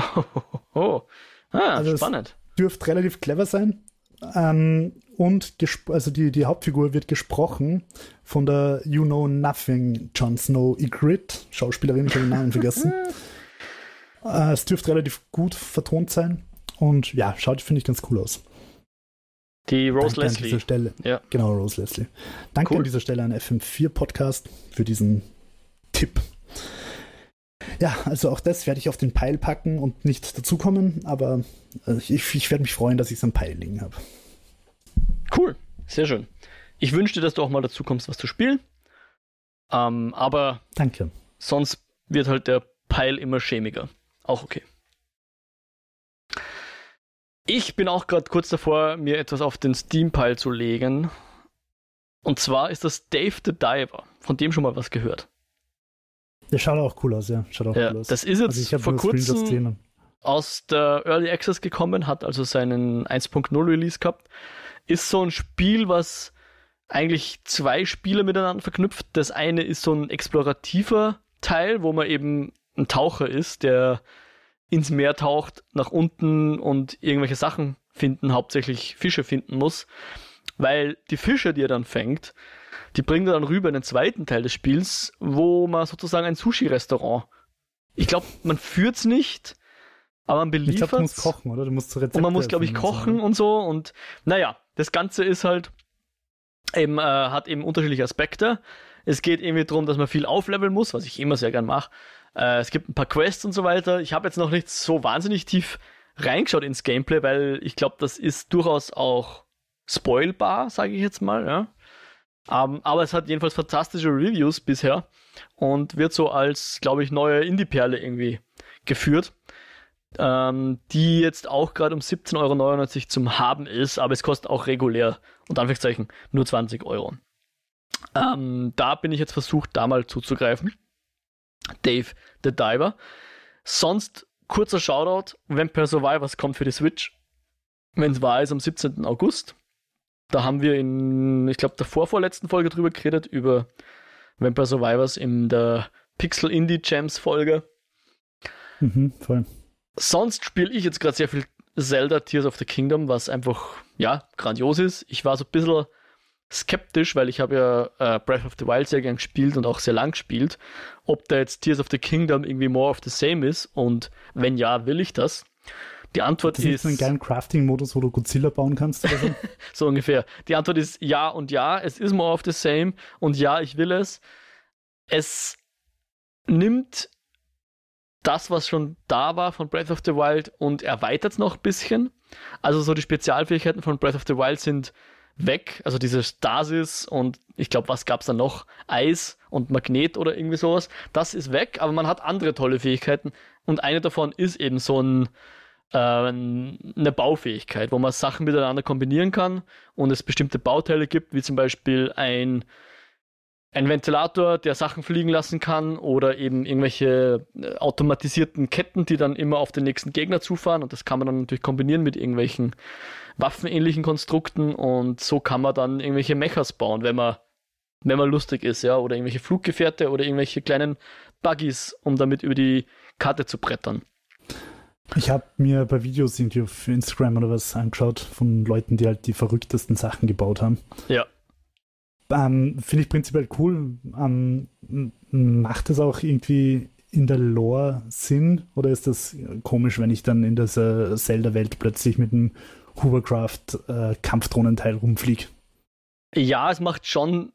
Also spannend. Dürfte relativ clever sein. Und also die Hauptfigur wird gesprochen von der You Know Nothing Jon Snow Ygritte, Schauspielerin, ich habe den Namen vergessen. Es dürfte relativ gut vertont sein. Und ja, finde ich ganz cool aus. Die Rose Danke Leslie. An dieser Stelle. Ja. Genau, Rose Leslie. Danke an dieser Stelle an FM4-Podcast für diesen Tipp. Ja, also auch das werde ich auf den Pile packen und nicht dazukommen, aber ich werde mich freuen, dass ich es am Pile liegen habe. Cool, sehr schön. Ich wünschte, dass du auch mal dazu kommst, was zu spielen. Aber danke. Sonst wird halt der Pile immer schämiger. Auch okay. Ich bin auch gerade kurz davor, mir etwas auf den Steam-Pile zu legen. Und zwar ist das Dave the Diver. Von dem schon mal was gehört. Der schaut auch cool aus, ja. Cool aus. Das ist jetzt vor kurzem aus der Early Access gekommen, hat also seinen 1.0 Release gehabt. Ist so ein Spiel, was eigentlich zwei Spiele miteinander verknüpft. Das eine ist so ein explorativer Teil, wo man eben ein Taucher ist, der ins Meer taucht, nach unten und irgendwelche Sachen finden, hauptsächlich Fische finden muss. Weil die Fische, die er dann fängt, die bringen dann rüber in den zweiten Teil des Spiels, wo man sozusagen ein Sushi-Restaurant. Ich glaube, man führt's nicht, aber man beliefert. Ich glaube, du musst kochen, oder? Du musst so Rezepte und man muss, glaube ich, kochen und so. Und naja, das Ganze ist halt eben, hat eben unterschiedliche Aspekte. Es geht irgendwie darum, dass man viel aufleveln muss, was ich immer sehr gern mache. Es gibt ein paar Quests und so weiter. Ich habe jetzt noch nicht so wahnsinnig tief reingeschaut ins Gameplay, weil ich glaube, das ist durchaus auch spoilbar, sage ich jetzt mal, ja. Aber es hat jedenfalls fantastische Reviews bisher und wird so als, glaube ich, neue Indie-Perle irgendwie geführt, die jetzt auch gerade um 17,99 Euro zum Haben ist, aber es kostet auch regulär, unter Anführungszeichen, nur 20 Euro. Da bin ich jetzt versucht, da mal zuzugreifen. Dave the Diver. Sonst kurzer Shoutout, Vampire Survivors kommt für die Switch, wenn es wahr ist, am 17. August. Da haben wir in, ich glaube, der vorletzten Folge drüber geredet, über Vampire Survivors in der Pixel Indie Jams Folge. Voll. Sonst spiele ich jetzt gerade sehr viel Zelda Tears of the Kingdom, was einfach, ja, grandios ist. Ich war so ein bisschen skeptisch, weil ich habe ja Breath of the Wild sehr gern gespielt und auch sehr lang gespielt, ob da jetzt Tears of the Kingdom irgendwie more of the same ist und wenn ja, will ich das. Die Antwort ist... Das ist so einen geilen Crafting-Modus, wo du Godzilla bauen kannst oder so? So ungefähr. Die Antwort ist ja und ja, es ist more of the same und ja, ich will es. Es nimmt das, was schon da war von Breath of the Wild und erweitert es noch ein bisschen. Also so die Spezialfähigkeiten von Breath of the Wild sind weg, also diese Stasis und ich glaube, was gab es dann noch? Eis und Magnet oder irgendwie sowas. Das ist weg, aber man hat andere tolle Fähigkeiten und eine davon ist eben so eine Baufähigkeit, wo man Sachen miteinander kombinieren kann und es bestimmte Bauteile gibt, wie zum Beispiel ein Ventilator, der Sachen fliegen lassen kann oder eben irgendwelche automatisierten Ketten, die dann immer auf den nächsten Gegner zufahren und das kann man dann natürlich kombinieren mit irgendwelchen waffenähnlichen Konstrukten und so kann man dann irgendwelche Mechas bauen, wenn man lustig ist, ja, oder irgendwelche Fluggefährte oder irgendwelche kleinen Buggies, um damit über die Karte zu brettern. Ich habe mir bei Videos irgendwie auf Instagram oder was angeschaut von Leuten, die halt die verrücktesten Sachen gebaut haben. Ja. Finde ich prinzipiell cool. Macht das auch irgendwie in der Lore Sinn oder ist das komisch, wenn ich dann in dieser Zelda-Welt plötzlich mit einem Hovercraft-Kampfdrohnenteil rumfliege? Ja, es macht schon.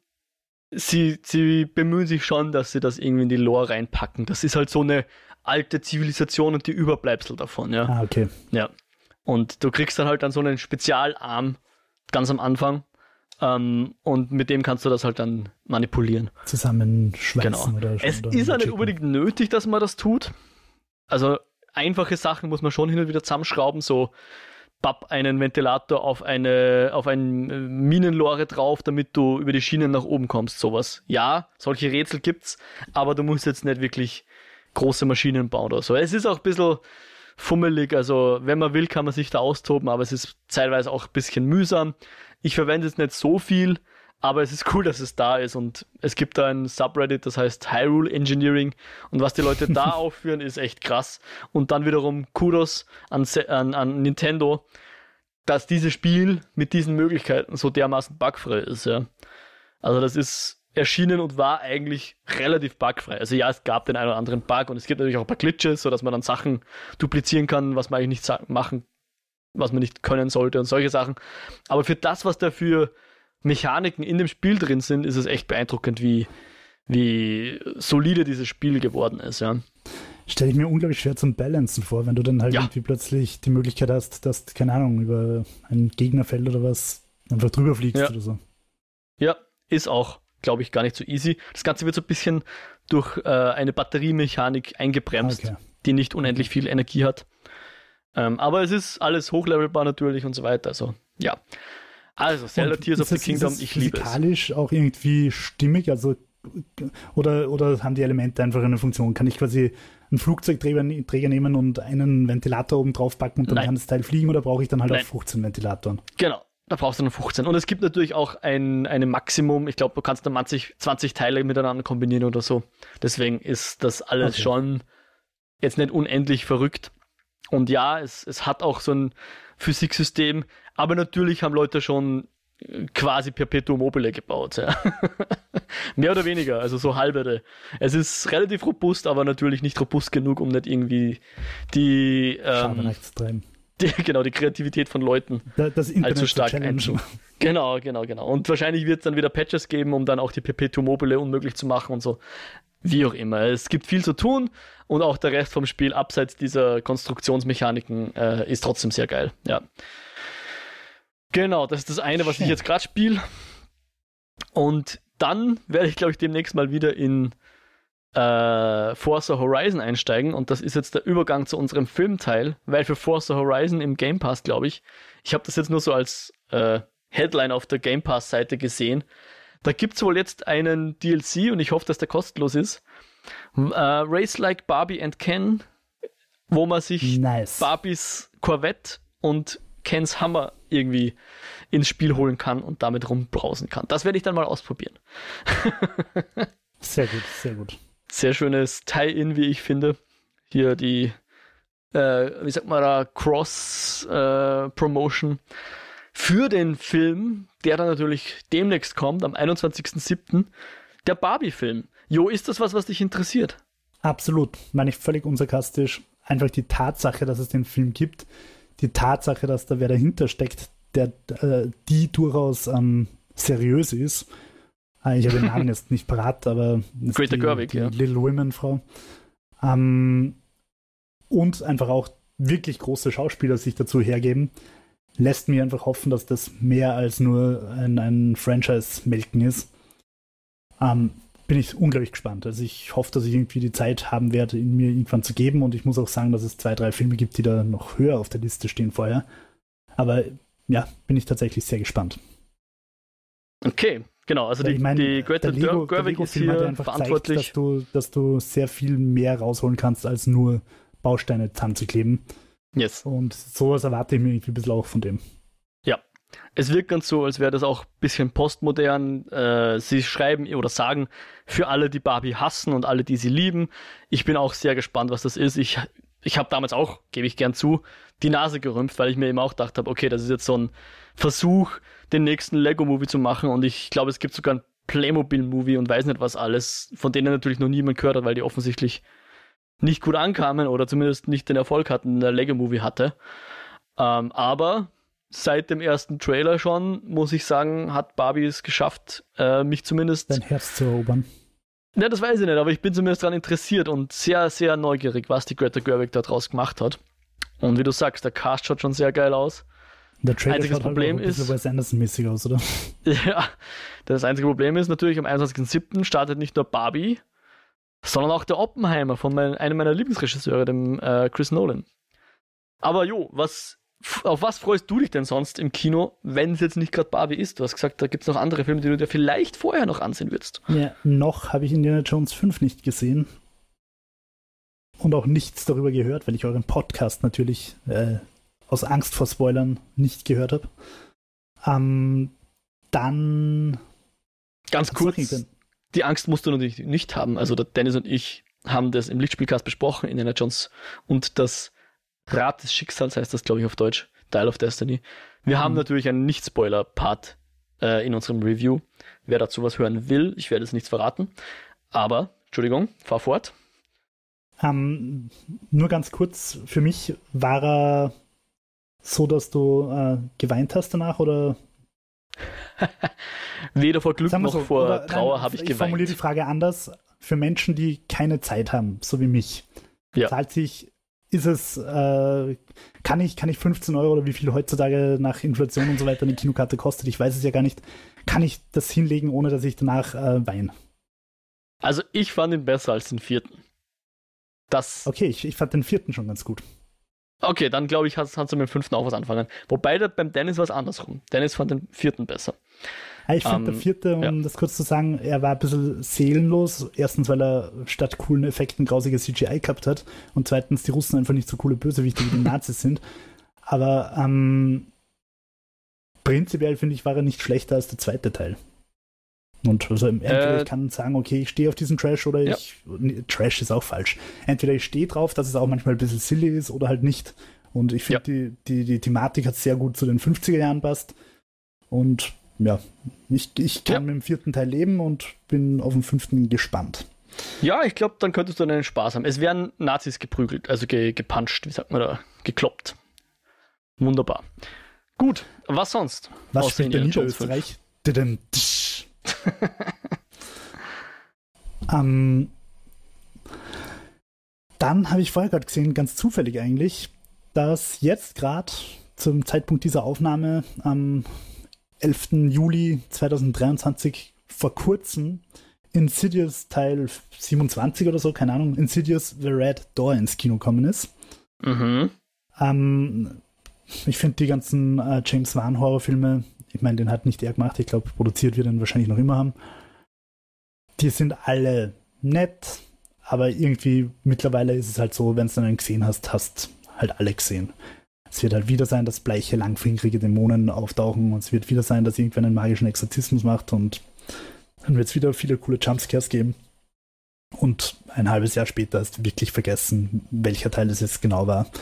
Sie bemühen sich schon, dass sie das irgendwie in die Lore reinpacken. Das ist halt so eine alte Zivilisation und die Überbleibsel davon, ja. Ah, okay. Ja. Und du kriegst dann halt so einen Spezialarm ganz am Anfang. Und mit dem kannst du das halt dann manipulieren. Zusammenschweißen oder es ist ja nicht unbedingt nötig, dass man das tut. Also einfache Sachen muss man schon hin und wieder zusammenschrauben, so papp einen Ventilator auf ein Minenlore drauf, damit du über die Schienen nach oben kommst, sowas. Ja, solche Rätsel gibt's, aber du musst jetzt nicht wirklich große Maschinen bauen oder so. Es ist auch ein bisschen fummelig, also wenn man will, kann man sich da austoben, aber es ist zeitweise auch ein bisschen mühsam. Ich verwende es nicht so viel, aber es ist cool, dass es da ist und es gibt da ein Subreddit, das heißt Hyrule Engineering und was die Leute da aufführen, ist echt krass. Und dann wiederum Kudos an Nintendo, dass dieses Spiel mit diesen Möglichkeiten so dermaßen bugfrei ist. Ja. Also das ist erschienen und war eigentlich relativ bugfrei. Also ja, es gab den einen oder anderen Bug und es gibt natürlich auch ein paar Glitches, sodass man dann Sachen duplizieren kann, was man eigentlich nicht machen, was man nicht können sollte und solche Sachen. Aber für das, was da für Mechaniken in dem Spiel drin sind, ist es echt beeindruckend, wie solide dieses Spiel geworden ist, ja. Stelle ich mir unglaublich schwer zum Balancen vor, wenn du dann halt irgendwie plötzlich die Möglichkeit hast, dass, keine Ahnung, über ein Gegnerfeld oder was einfach drüber fliegst oder so. Ja, ist auch, glaube ich, gar nicht so easy. Das Ganze wird so ein bisschen durch eine Batteriemechanik eingebremst, die nicht unendlich viel Energie hat. Aber es ist alles hochlevelbar natürlich und so weiter. Also, ja. Also, Zelda Tears of the Kingdom, ich liebe es. Ist physikalisch auch irgendwie stimmig? Also, oder haben die Elemente einfach eine Funktion? Kann ich quasi einen Flugzeugträger nehmen und einen Ventilator oben drauf packen und dann kann das Teil fliegen oder brauche ich dann halt auch 15 Ventilatoren? Genau, da brauchst du dann 15. Und es gibt natürlich auch ein Maximum, ich glaube, du kannst dann 20 Teile miteinander kombinieren oder so. Deswegen ist das alles schon jetzt nicht unendlich verrückt. Und ja, es hat auch so ein Physiksystem, aber natürlich haben Leute schon quasi Perpetuum mobile gebaut. Ja. Mehr oder weniger, also so halbere. Es ist relativ robust, aber natürlich nicht robust genug, um nicht irgendwie die Kreativität von Leuten allzu stark einzuschränken. Genau. Und wahrscheinlich wird es dann wieder Patches geben, um dann auch die Perpetuum mobile unmöglich zu machen und so. Wie auch immer. Es gibt viel zu tun und auch der Rest vom Spiel, abseits dieser Konstruktionsmechaniken, ist trotzdem sehr geil. Ja. Genau, das ist das eine, was ich jetzt gerade spiele. Und dann werde ich, glaube ich, demnächst mal wieder in Forza Horizon einsteigen. Und das ist jetzt der Übergang zu unserem Filmteil, weil für Forza Horizon im Game Pass, glaube ich habe das jetzt nur so als Headline auf der Game Pass-Seite gesehen. Da gibt es wohl jetzt einen DLC und ich hoffe, dass der kostenlos ist. Race Like Barbie and Ken, wo man sich Nice. Barbies Corvette und Kens Hammer irgendwie ins Spiel holen kann und damit rumbrausen kann. Das werde ich dann mal ausprobieren. Sehr gut, sehr gut. Sehr schönes Tie-In, wie ich finde. Hier die, wie sagt man da, Cross-Promotion für den Film, der dann natürlich demnächst kommt, am 21.07., der Barbie-Film. Jo, ist das was dich interessiert? Absolut. Meine ich völlig unsarkastisch. Einfach die Tatsache, dass es den Film gibt, die Tatsache, dass da wer dahinter steckt, die durchaus seriös ist. Ich habe den Namen jetzt nicht parat, aber Greta Gerwig, die ja. Little Women-Frau. Und einfach auch wirklich große Schauspieler sich dazu hergeben, lässt mir einfach hoffen, dass das mehr als nur ein Franchise-Melken ist. Bin ich unglaublich gespannt. Also ich hoffe, dass ich irgendwie die Zeit haben werde, ihn mir irgendwann zu geben, und ich muss auch sagen, dass es 2, 3 Filme gibt, die da noch höher auf der Liste stehen vorher. Aber ja, bin ich tatsächlich sehr gespannt. Okay, genau. Also Weil die Greta Gerwig ist hier verantwortlich. Zeigt, dass du sehr viel mehr rausholen kannst, als nur Bausteine zusammenzukleben. Yes. Und sowas erwarte ich mir irgendwie ein bisschen auch von dem. Ja. Es wirkt ganz so, als wäre das auch ein bisschen postmodern. Sie schreiben oder sagen, für alle, die Barbie hassen und alle, die sie lieben. Ich bin auch sehr gespannt, was das ist. Ich habe damals auch, gebe ich gern zu, die Nase gerümpft, weil ich mir eben auch gedacht habe, okay, das ist jetzt so ein Versuch, den nächsten Lego-Movie zu machen, und ich glaube, es gibt sogar ein Playmobil-Movie und weiß nicht was alles, von denen natürlich noch niemand gehört hat, weil die offensichtlich nicht gut ankamen oder zumindest nicht den Erfolg hatten, den der Lego-Movie hatte. Aber seit dem ersten Trailer schon, muss ich sagen, hat Barbie es geschafft, mich zumindest... Dein Herz zu erobern. Ja, das weiß ich nicht, aber ich bin zumindest daran interessiert und sehr, sehr neugierig, was die Greta Gerwig da draus gemacht hat. Und wie du sagst, der Cast schaut schon sehr geil aus. Der Trailer einziges schaut Problem halt auch ein bisschen Wes Anderson-mäßig aus, oder? Ja, das einzige Problem ist natürlich, am 21.07. startet nicht nur Barbie, sondern auch der Oppenheimer von einem meiner Lieblingsregisseure, dem Chris Nolan. Aber jo, auf was freust du dich denn sonst im Kino, wenn es jetzt nicht gerade Barbie ist? Du hast gesagt, da gibt es noch andere Filme, die du dir vielleicht vorher noch ansehen würdest. Ja, noch habe ich Indiana Jones 5 nicht gesehen. Und auch nichts darüber gehört, weil ich euren Podcast natürlich aus Angst vor Spoilern nicht gehört habe. Dann... Ganz kurz, die Angst musst du natürlich nicht haben. Also der Dennis und ich haben das im Lichtspielcast besprochen, Indiana Jones und das Rad des Schicksals heißt das, glaube ich, auf Deutsch, Dial of Destiny. Wir haben natürlich einen Nicht-Spoiler-Part in unserem Review. Wer dazu was hören will, ich werde jetzt nichts verraten. Aber, Entschuldigung, fahr fort. Nur ganz kurz, für mich war er so, dass du geweint hast danach, oder? Weder vor Glück noch so, vor Trauer habe ich geweint. Ich formuliere die Frage anders. Für Menschen, die keine Zeit haben, so wie mich, zahlt sich, ist es, kann ich 15 Euro oder wie viel heutzutage nach Inflation und so weiter eine Kinokarte kostet, ich weiß es ja gar nicht, kann ich das hinlegen, ohne dass ich danach weine? Also ich fand ihn besser als den 4. Okay, ich fand den 4. schon ganz gut. Okay, dann glaube ich, kannst du mit dem 5. auch was anfangen. Wobei beim Dennis war es andersrum. Dennis fand den 4. besser. Ja, ich finde der 4., um das kurz zu sagen, er war ein bisschen seelenlos. Erstens, weil er statt coolen Effekten grausige CGI gehabt hat. Und zweitens, die Russen einfach nicht so coole Bösewichte wie die Nazis sind. Aber prinzipiell, finde ich, war er nicht schlechter als der 2. Teil. Und also entweder ich kann sagen, okay, ich stehe auf diesen Trash oder Trash ist auch falsch. Entweder ich stehe drauf, dass es auch manchmal ein bisschen silly ist oder halt nicht. Und ich finde, die Thematik hat sehr gut zu den 50er Jahren passt. Und ja, ich kann mit dem 4. Teil leben und bin auf den 5. gespannt. Ja, ich glaube, dann könntest du einen Spaß haben. Es werden Nazis geprügelt, also gepuncht, wie sagt man da, gekloppt. Wunderbar. Gut, was sonst? Was spielt der Niederösterreich? Dann habe ich vorher gerade gesehen, ganz zufällig eigentlich, dass jetzt gerade zum Zeitpunkt dieser Aufnahme am 11. Juli 2023 vor kurzem Insidious Teil 27 oder so, keine Ahnung, Insidious The Red Door ins Kino gekommen ist. Mhm. Ich finde die ganzen James Wan Horrorfilme, ich meine, den hat nicht er gemacht, ich glaube, produziert wird ihn wahrscheinlich noch immer haben. Die sind alle nett, aber irgendwie mittlerweile ist es halt so, wenn du dann einen gesehen hast, hast halt alle gesehen. Es wird halt wieder sein, dass bleiche, langfingrige Dämonen auftauchen und es wird wieder sein, dass irgendwer einen magischen Exorzismus macht und dann wird es wieder viele coole Jumpscares geben. Und ein halbes Jahr später hast du wirklich vergessen, welcher Teil es jetzt genau war.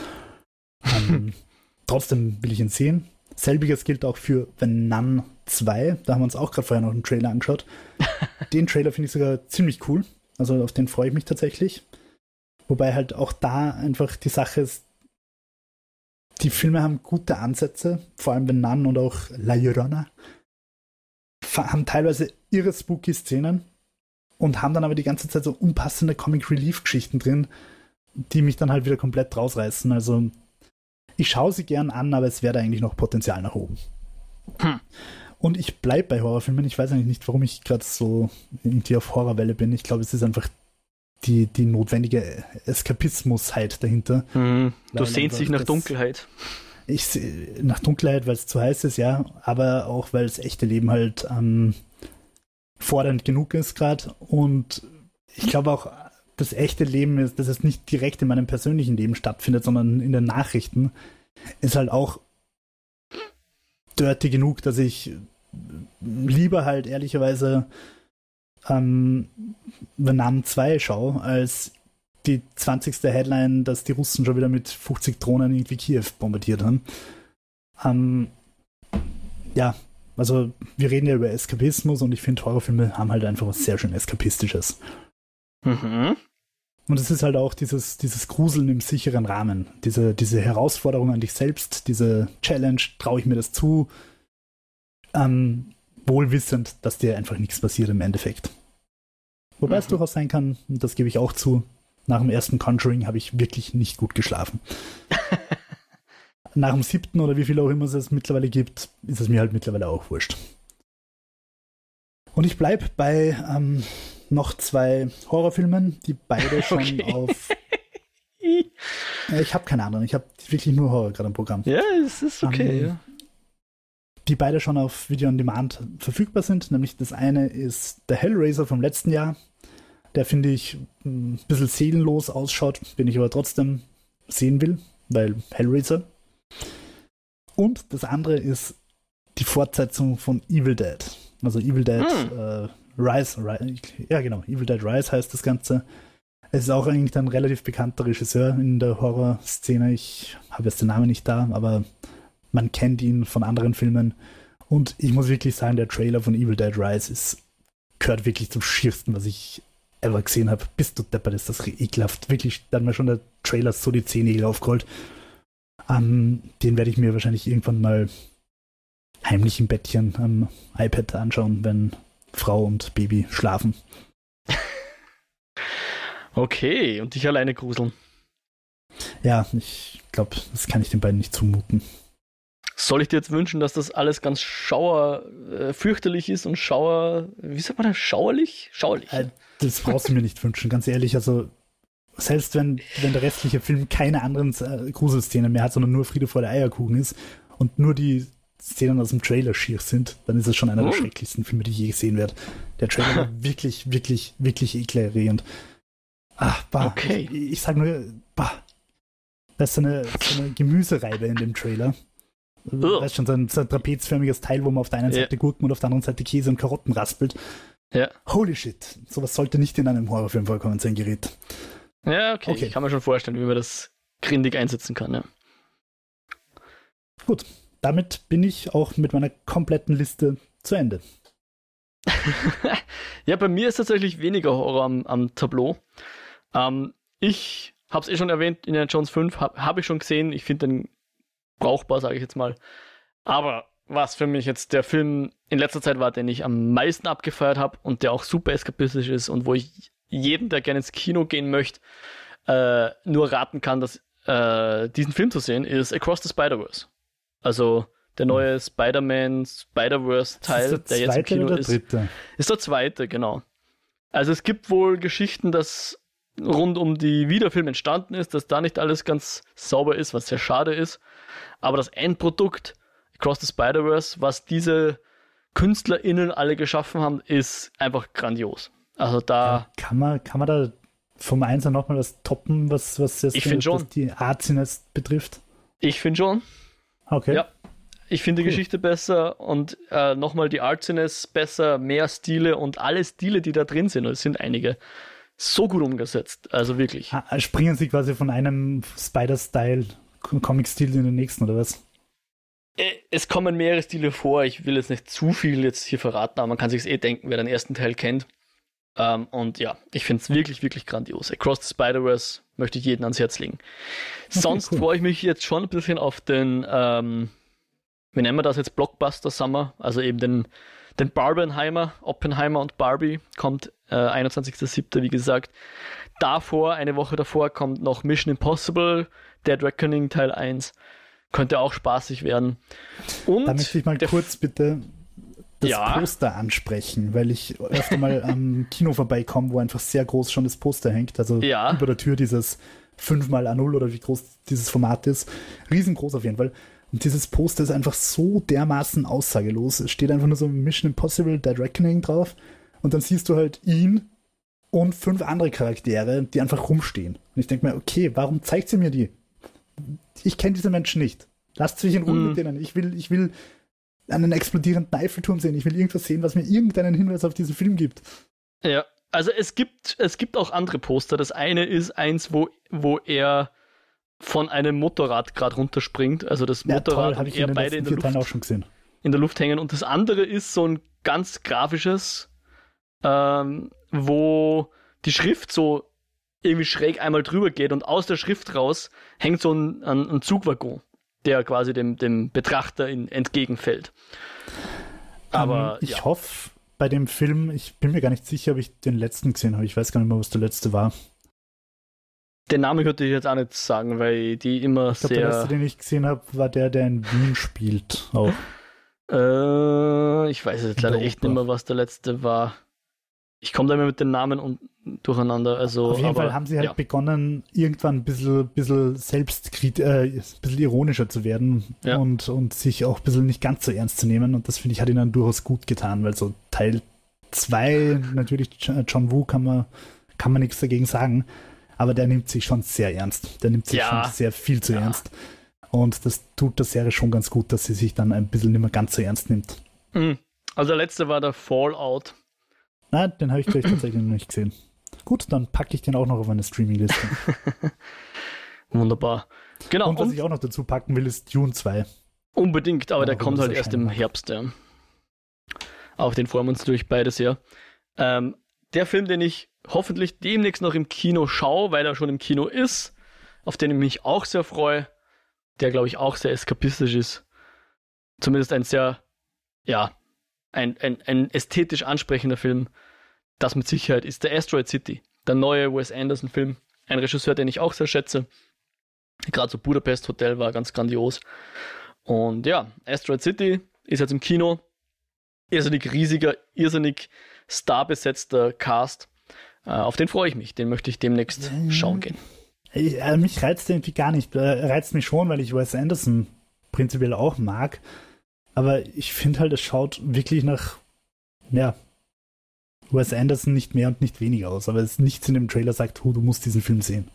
Trotzdem will ich ihn sehen. Selbiges gilt auch für The Nun 2. Da haben wir uns auch gerade vorher noch einen Trailer angeschaut. Den Trailer finde ich sogar ziemlich cool. Also auf den freue ich mich tatsächlich. Wobei halt auch da einfach die Sache ist, die Filme haben gute Ansätze, vor allem The Nun und auch La Llorona. Haben teilweise irre spooky Szenen und haben dann aber die ganze Zeit so unpassende Comic-Relief-Geschichten drin, die mich dann halt wieder komplett rausreißen. Also ich schaue sie gern an, aber es wäre da eigentlich noch Potenzial nach oben. Und ich bleibe bei Horrorfilmen. Ich weiß eigentlich nicht, warum ich gerade so irgendwie auf Horrorwelle bin. Ich glaube, es ist einfach die notwendige Eskapismusheit dahinter. Du sehnst dich nach Dunkelheit. Nach Dunkelheit, weil es zu heiß ist, ja, aber auch, weil das echte Leben halt fordernd genug ist gerade. Und ich glaube auch, das echte Leben ist, dass es nicht direkt in meinem persönlichen Leben stattfindet, sondern in den Nachrichten, ist halt auch dirty genug, dass ich lieber halt ehrlicherweise The Nun 2 schaue, als die 20. Headline, dass die Russen schon wieder mit 50 Drohnen irgendwie Kiew bombardiert haben. Ja, also wir reden ja über Eskapismus und ich finde, Horrorfilme haben halt einfach was sehr schön Eskapistisches. Und es ist halt auch dieses Gruseln im sicheren Rahmen, diese Herausforderung an dich selbst, diese Challenge, traue ich mir das zu, wohl wissend, dass dir einfach nichts passiert im Endeffekt. Wobei es durchaus sein kann, und das gebe ich auch zu, nach dem ersten Conjuring habe ich wirklich nicht gut geschlafen. Nach dem 7. oder wie viel auch immer es mittlerweile gibt, ist es mir halt mittlerweile auch wurscht. Und ich bleibe bei noch 2 Horrorfilmen, die beide schon auf... ich habe keine Ahnung, ich habe wirklich nur Horror gerade im Programm. Ja, es ist okay, ja. Die beide schon auf Video on Demand verfügbar sind. Nämlich das eine ist der Hellraiser vom letzten Jahr. Der, finde ich, ein bisschen seelenlos ausschaut, den ich aber trotzdem sehen will, weil Hellraiser. Und das andere ist die Fortsetzung von Evil Dead. Also Evil Dead Rise. Ja, genau. Evil Dead Rise heißt das Ganze. Es ist auch eigentlich ein relativ bekannter Regisseur in der Horrorszene. Ich habe jetzt den Namen nicht da, aber man kennt ihn von anderen Filmen. Und ich muss wirklich sagen, der Trailer von Evil Dead Rise gehört wirklich zum schiersten, was ich ever gesehen habe. Bist du deppert, ist das ekelhaft. Wirklich, da hat mir schon der Trailer so die Zehennägel aufgerollt. Den werde ich mir wahrscheinlich irgendwann mal heimlich im Bettchen am iPad anschauen, wenn Frau und Baby schlafen. Okay, und dich alleine gruseln. Ja, ich glaube, das kann ich den beiden nicht zumuten. Soll ich dir jetzt wünschen, dass das alles ganz fürchterlich ist und wie sagt man das? Schauerlich? Schauerlich. Das brauchst du mir nicht wünschen, ganz ehrlich. Also, selbst wenn der restliche Film keine anderen Gruselszenen mehr hat, sondern nur Friede vor der Eierkuchen ist und nur die Szenen aus dem Trailer schier sind, dann ist es schon einer der schrecklichsten Filme, die ich je gesehen werde. Der Trailer war wirklich, wirklich, wirklich ekelerregend. Okay. Ich sag nur, da ist so eine Gemüsereibe in dem Trailer. Weißt schon, so ein trapezförmiges Teil, wo man auf der einen Seite Gurken und auf der anderen Seite Käse und Karotten raspelt. Ja. Holy shit. Sowas sollte nicht in einem Horrorfilm vorkommen, sein Gerät. Ja, okay. Ich kann mir schon vorstellen, wie man das grindig einsetzen kann. Ja. Gut, damit bin ich auch mit meiner kompletten Liste zu Ende. Ja, bei mir ist tatsächlich weniger Horror am Tableau. Ich habe es schon erwähnt, Indiana Jones 5 habe ich schon gesehen. Ich finde den brauchbar, sage ich jetzt mal. Aber was für mich jetzt der Film in letzter Zeit war, den ich am meisten abgefeiert habe und der auch super eskapistisch ist und wo ich jedem, der gerne ins Kino gehen möchte, nur raten kann, diesen Film zu sehen, ist Across the Spider-Verse. Also der neue Spider-Man Spider-Verse-Teil, der jetzt im Kino ist. Ist der zweite, genau. Also es gibt wohl Geschichten, dass rund um wie der Film entstanden ist, dass da nicht alles ganz sauber ist, was sehr schade ist. Aber das Endprodukt, Across the Spider-Verse, was diese KünstlerInnen alle geschaffen haben, ist einfach grandios. Also da... Ja, kann man da vom Einser nochmal was toppen, was die Arziness betrifft? Ich finde schon. Okay. Ja. Ich finde die Geschichte besser und nochmal die Artsiness besser, mehr Stile und alle Stile, die da drin sind, und es sind einige, so gut umgesetzt. Also wirklich. Springen sie quasi von einem Spider-Style Comic-Stil in den nächsten, oder was? Es kommen mehrere Stile vor. Ich will jetzt nicht zu viel jetzt hier verraten, aber man kann sich denken, wer den ersten Teil kennt. Und ja, ich finde es wirklich, wirklich grandios. Across the Spider-Verse möchte ich jeden ans Herz legen. Okay, sonst freue ich mich jetzt schon ein bisschen auf den wie nennen wir das jetzt, Blockbuster Summer, also eben den Barbenheimer, Oppenheimer und Barbie, kommt 21.07., wie gesagt. Eine Woche davor, kommt noch Mission Impossible, Dead Reckoning Teil 1. Könnte auch spaßig werden. Und da möchte ich mal kurz bitte das Poster ansprechen, weil ich öfter mal am Kino vorbeikomme, wo einfach sehr groß schon das Poster hängt, also über der Tür dieses 5x A0 oder wie groß dieses Format ist. Riesengroß auf jeden Fall. Und dieses Poster ist einfach so dermaßen aussagelos. Es steht einfach nur so Mission Impossible, Dead Reckoning drauf. Und dann siehst du halt ihn und 5 andere Charaktere, die einfach rumstehen. Und ich denke mir, okay, warum zeigt sie mir die? Ich kenne diese Menschen nicht. Lasst mich in Ruhe mit denen. Ich will einen explodierenden Eiffelturm sehen. Ich will irgendwas sehen, was mir irgendeinen Hinweis auf diesen Film gibt. Ja, also es gibt auch andere Poster. Das eine ist eins, wo er von einem Motorrad gerade runterspringt, also das Motorrad habe ich in den letzten 4 Teilen auch schon gesehen. In der Luft hängen. Und das andere ist so ein ganz grafisches, wo die Schrift so irgendwie schräg einmal drüber geht und aus der Schrift raus hängt so ein Zugwaggon, der quasi dem Betrachter entgegenfällt. Aber ich hoffe, bei dem Film, ich bin mir gar nicht sicher, ob ich den letzten gesehen habe. Ich weiß gar nicht mehr, was der letzte war. Den Namen könnte ich jetzt auch nicht sagen, weil die immer ich glaub, der letzte, den ich gesehen habe, war der in Wien spielt. Auch. Ich weiß jetzt leider echt nicht mehr, was der letzte war. Ich komme da immer mit den Namen durcheinander. Also, auf jeden Fall haben sie halt begonnen, irgendwann ein bisschen ein bisschen ironischer zu werden und sich auch ein bisschen nicht ganz so ernst zu nehmen. Und das finde ich, hat ihnen durchaus gut getan, weil so Teil 2, natürlich John Woo kann man nichts dagegen sagen. Aber der nimmt sich schon sehr ernst. Der nimmt sich schon sehr viel zu ernst. Und das tut der Serie schon ganz gut, dass sie sich dann ein bisschen nicht mehr ganz so ernst nimmt. Also der letzte war der Fallout. Nein, den habe ich gleich tatsächlich noch nicht gesehen. Gut, dann packe ich den auch noch auf meine Streaming-Liste. Wunderbar. Genau. Und was ich auch noch dazu packen will, ist Dune 2. Unbedingt, aber der kommt halt erst im Herbst. Ja. Auf den freuen wir uns natürlich beide sehr. Der Film, den ich hoffentlich demnächst noch im Kino schaue, weil er schon im Kino ist, auf den ich mich auch sehr freue, der, glaube ich, auch sehr eskapistisch ist. Zumindest ein sehr, ein ästhetisch ansprechender Film. Das mit Sicherheit ist der Asteroid City, der neue Wes Anderson-Film. Ein Regisseur, den ich auch sehr schätze. Gerade so Budapest Hotel war ganz grandios. Und ja, Asteroid City ist jetzt im Kino. Irrsinnig riesiger, irrsinnig starbesetzter Cast. Auf den freue ich mich. Den möchte ich demnächst schauen gehen. Mich reizt der irgendwie gar nicht. Reizt mich schon, weil ich Wes Anderson prinzipiell auch mag. Aber ich finde halt, es schaut wirklich nach Wes Anderson nicht mehr und nicht weniger aus. Aber es nichts in dem Trailer sagt, du musst diesen Film sehen.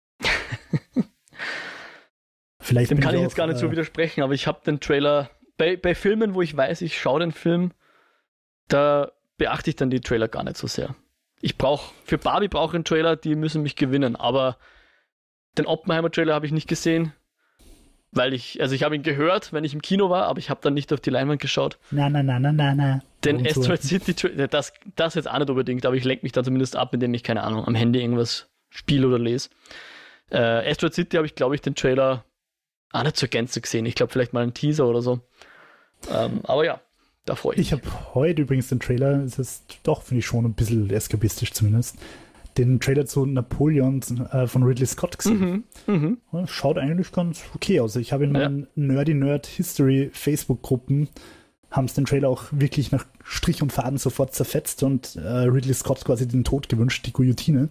Dem kann ich jetzt gar nicht so widersprechen, aber ich habe den Trailer bei Filmen, wo ich weiß, ich schaue den Film, da beachte ich dann die Trailer gar nicht so sehr. Für Barbie brauche ich einen Trailer, die müssen mich gewinnen, aber den Oppenheimer-Trailer habe ich nicht gesehen, weil ich habe ihn gehört, wenn ich im Kino war, aber ich habe dann nicht auf die Leinwand geschaut. Na. Den Asteroid City, das jetzt auch nicht unbedingt, aber ich lenke mich dann zumindest ab, indem ich, keine Ahnung, am Handy irgendwas spiele oder lese. Asteroid City habe ich, glaube ich, den Trailer auch nicht zur Gänze gesehen. Ich glaube, vielleicht mal einen Teaser oder so. Aber ja, da freue ich mich. Ich habe heute übrigens den Trailer, es ist doch, finde ich, schon ein bisschen eskapistisch zumindest, den Trailer zu Napoleon von Ridley Scott gesehen. Schaut eigentlich ganz okay aus. Ich habe in meinen Nerdy Nerd History Facebook-Gruppen haben es den Trailer auch wirklich nach Strich und Faden sofort zerfetzt und Ridley Scott quasi den Tod gewünscht, die Guillotine.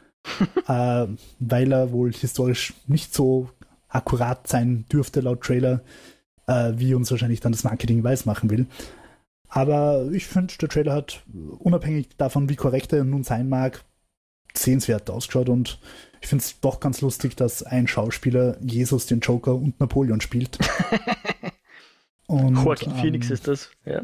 Weil er wohl historisch nicht so akkurat sein dürfte laut Trailer, wie uns wahrscheinlich dann das Marketing weismachen will. Aber ich finde, der Trailer hat, unabhängig davon, wie korrekt er nun sein mag, sehenswert ausgeschaut und ich finde es doch ganz lustig, dass ein Schauspieler Jesus, den Joker und Napoleon spielt. Und, Joaquin Phoenix ist das, ja.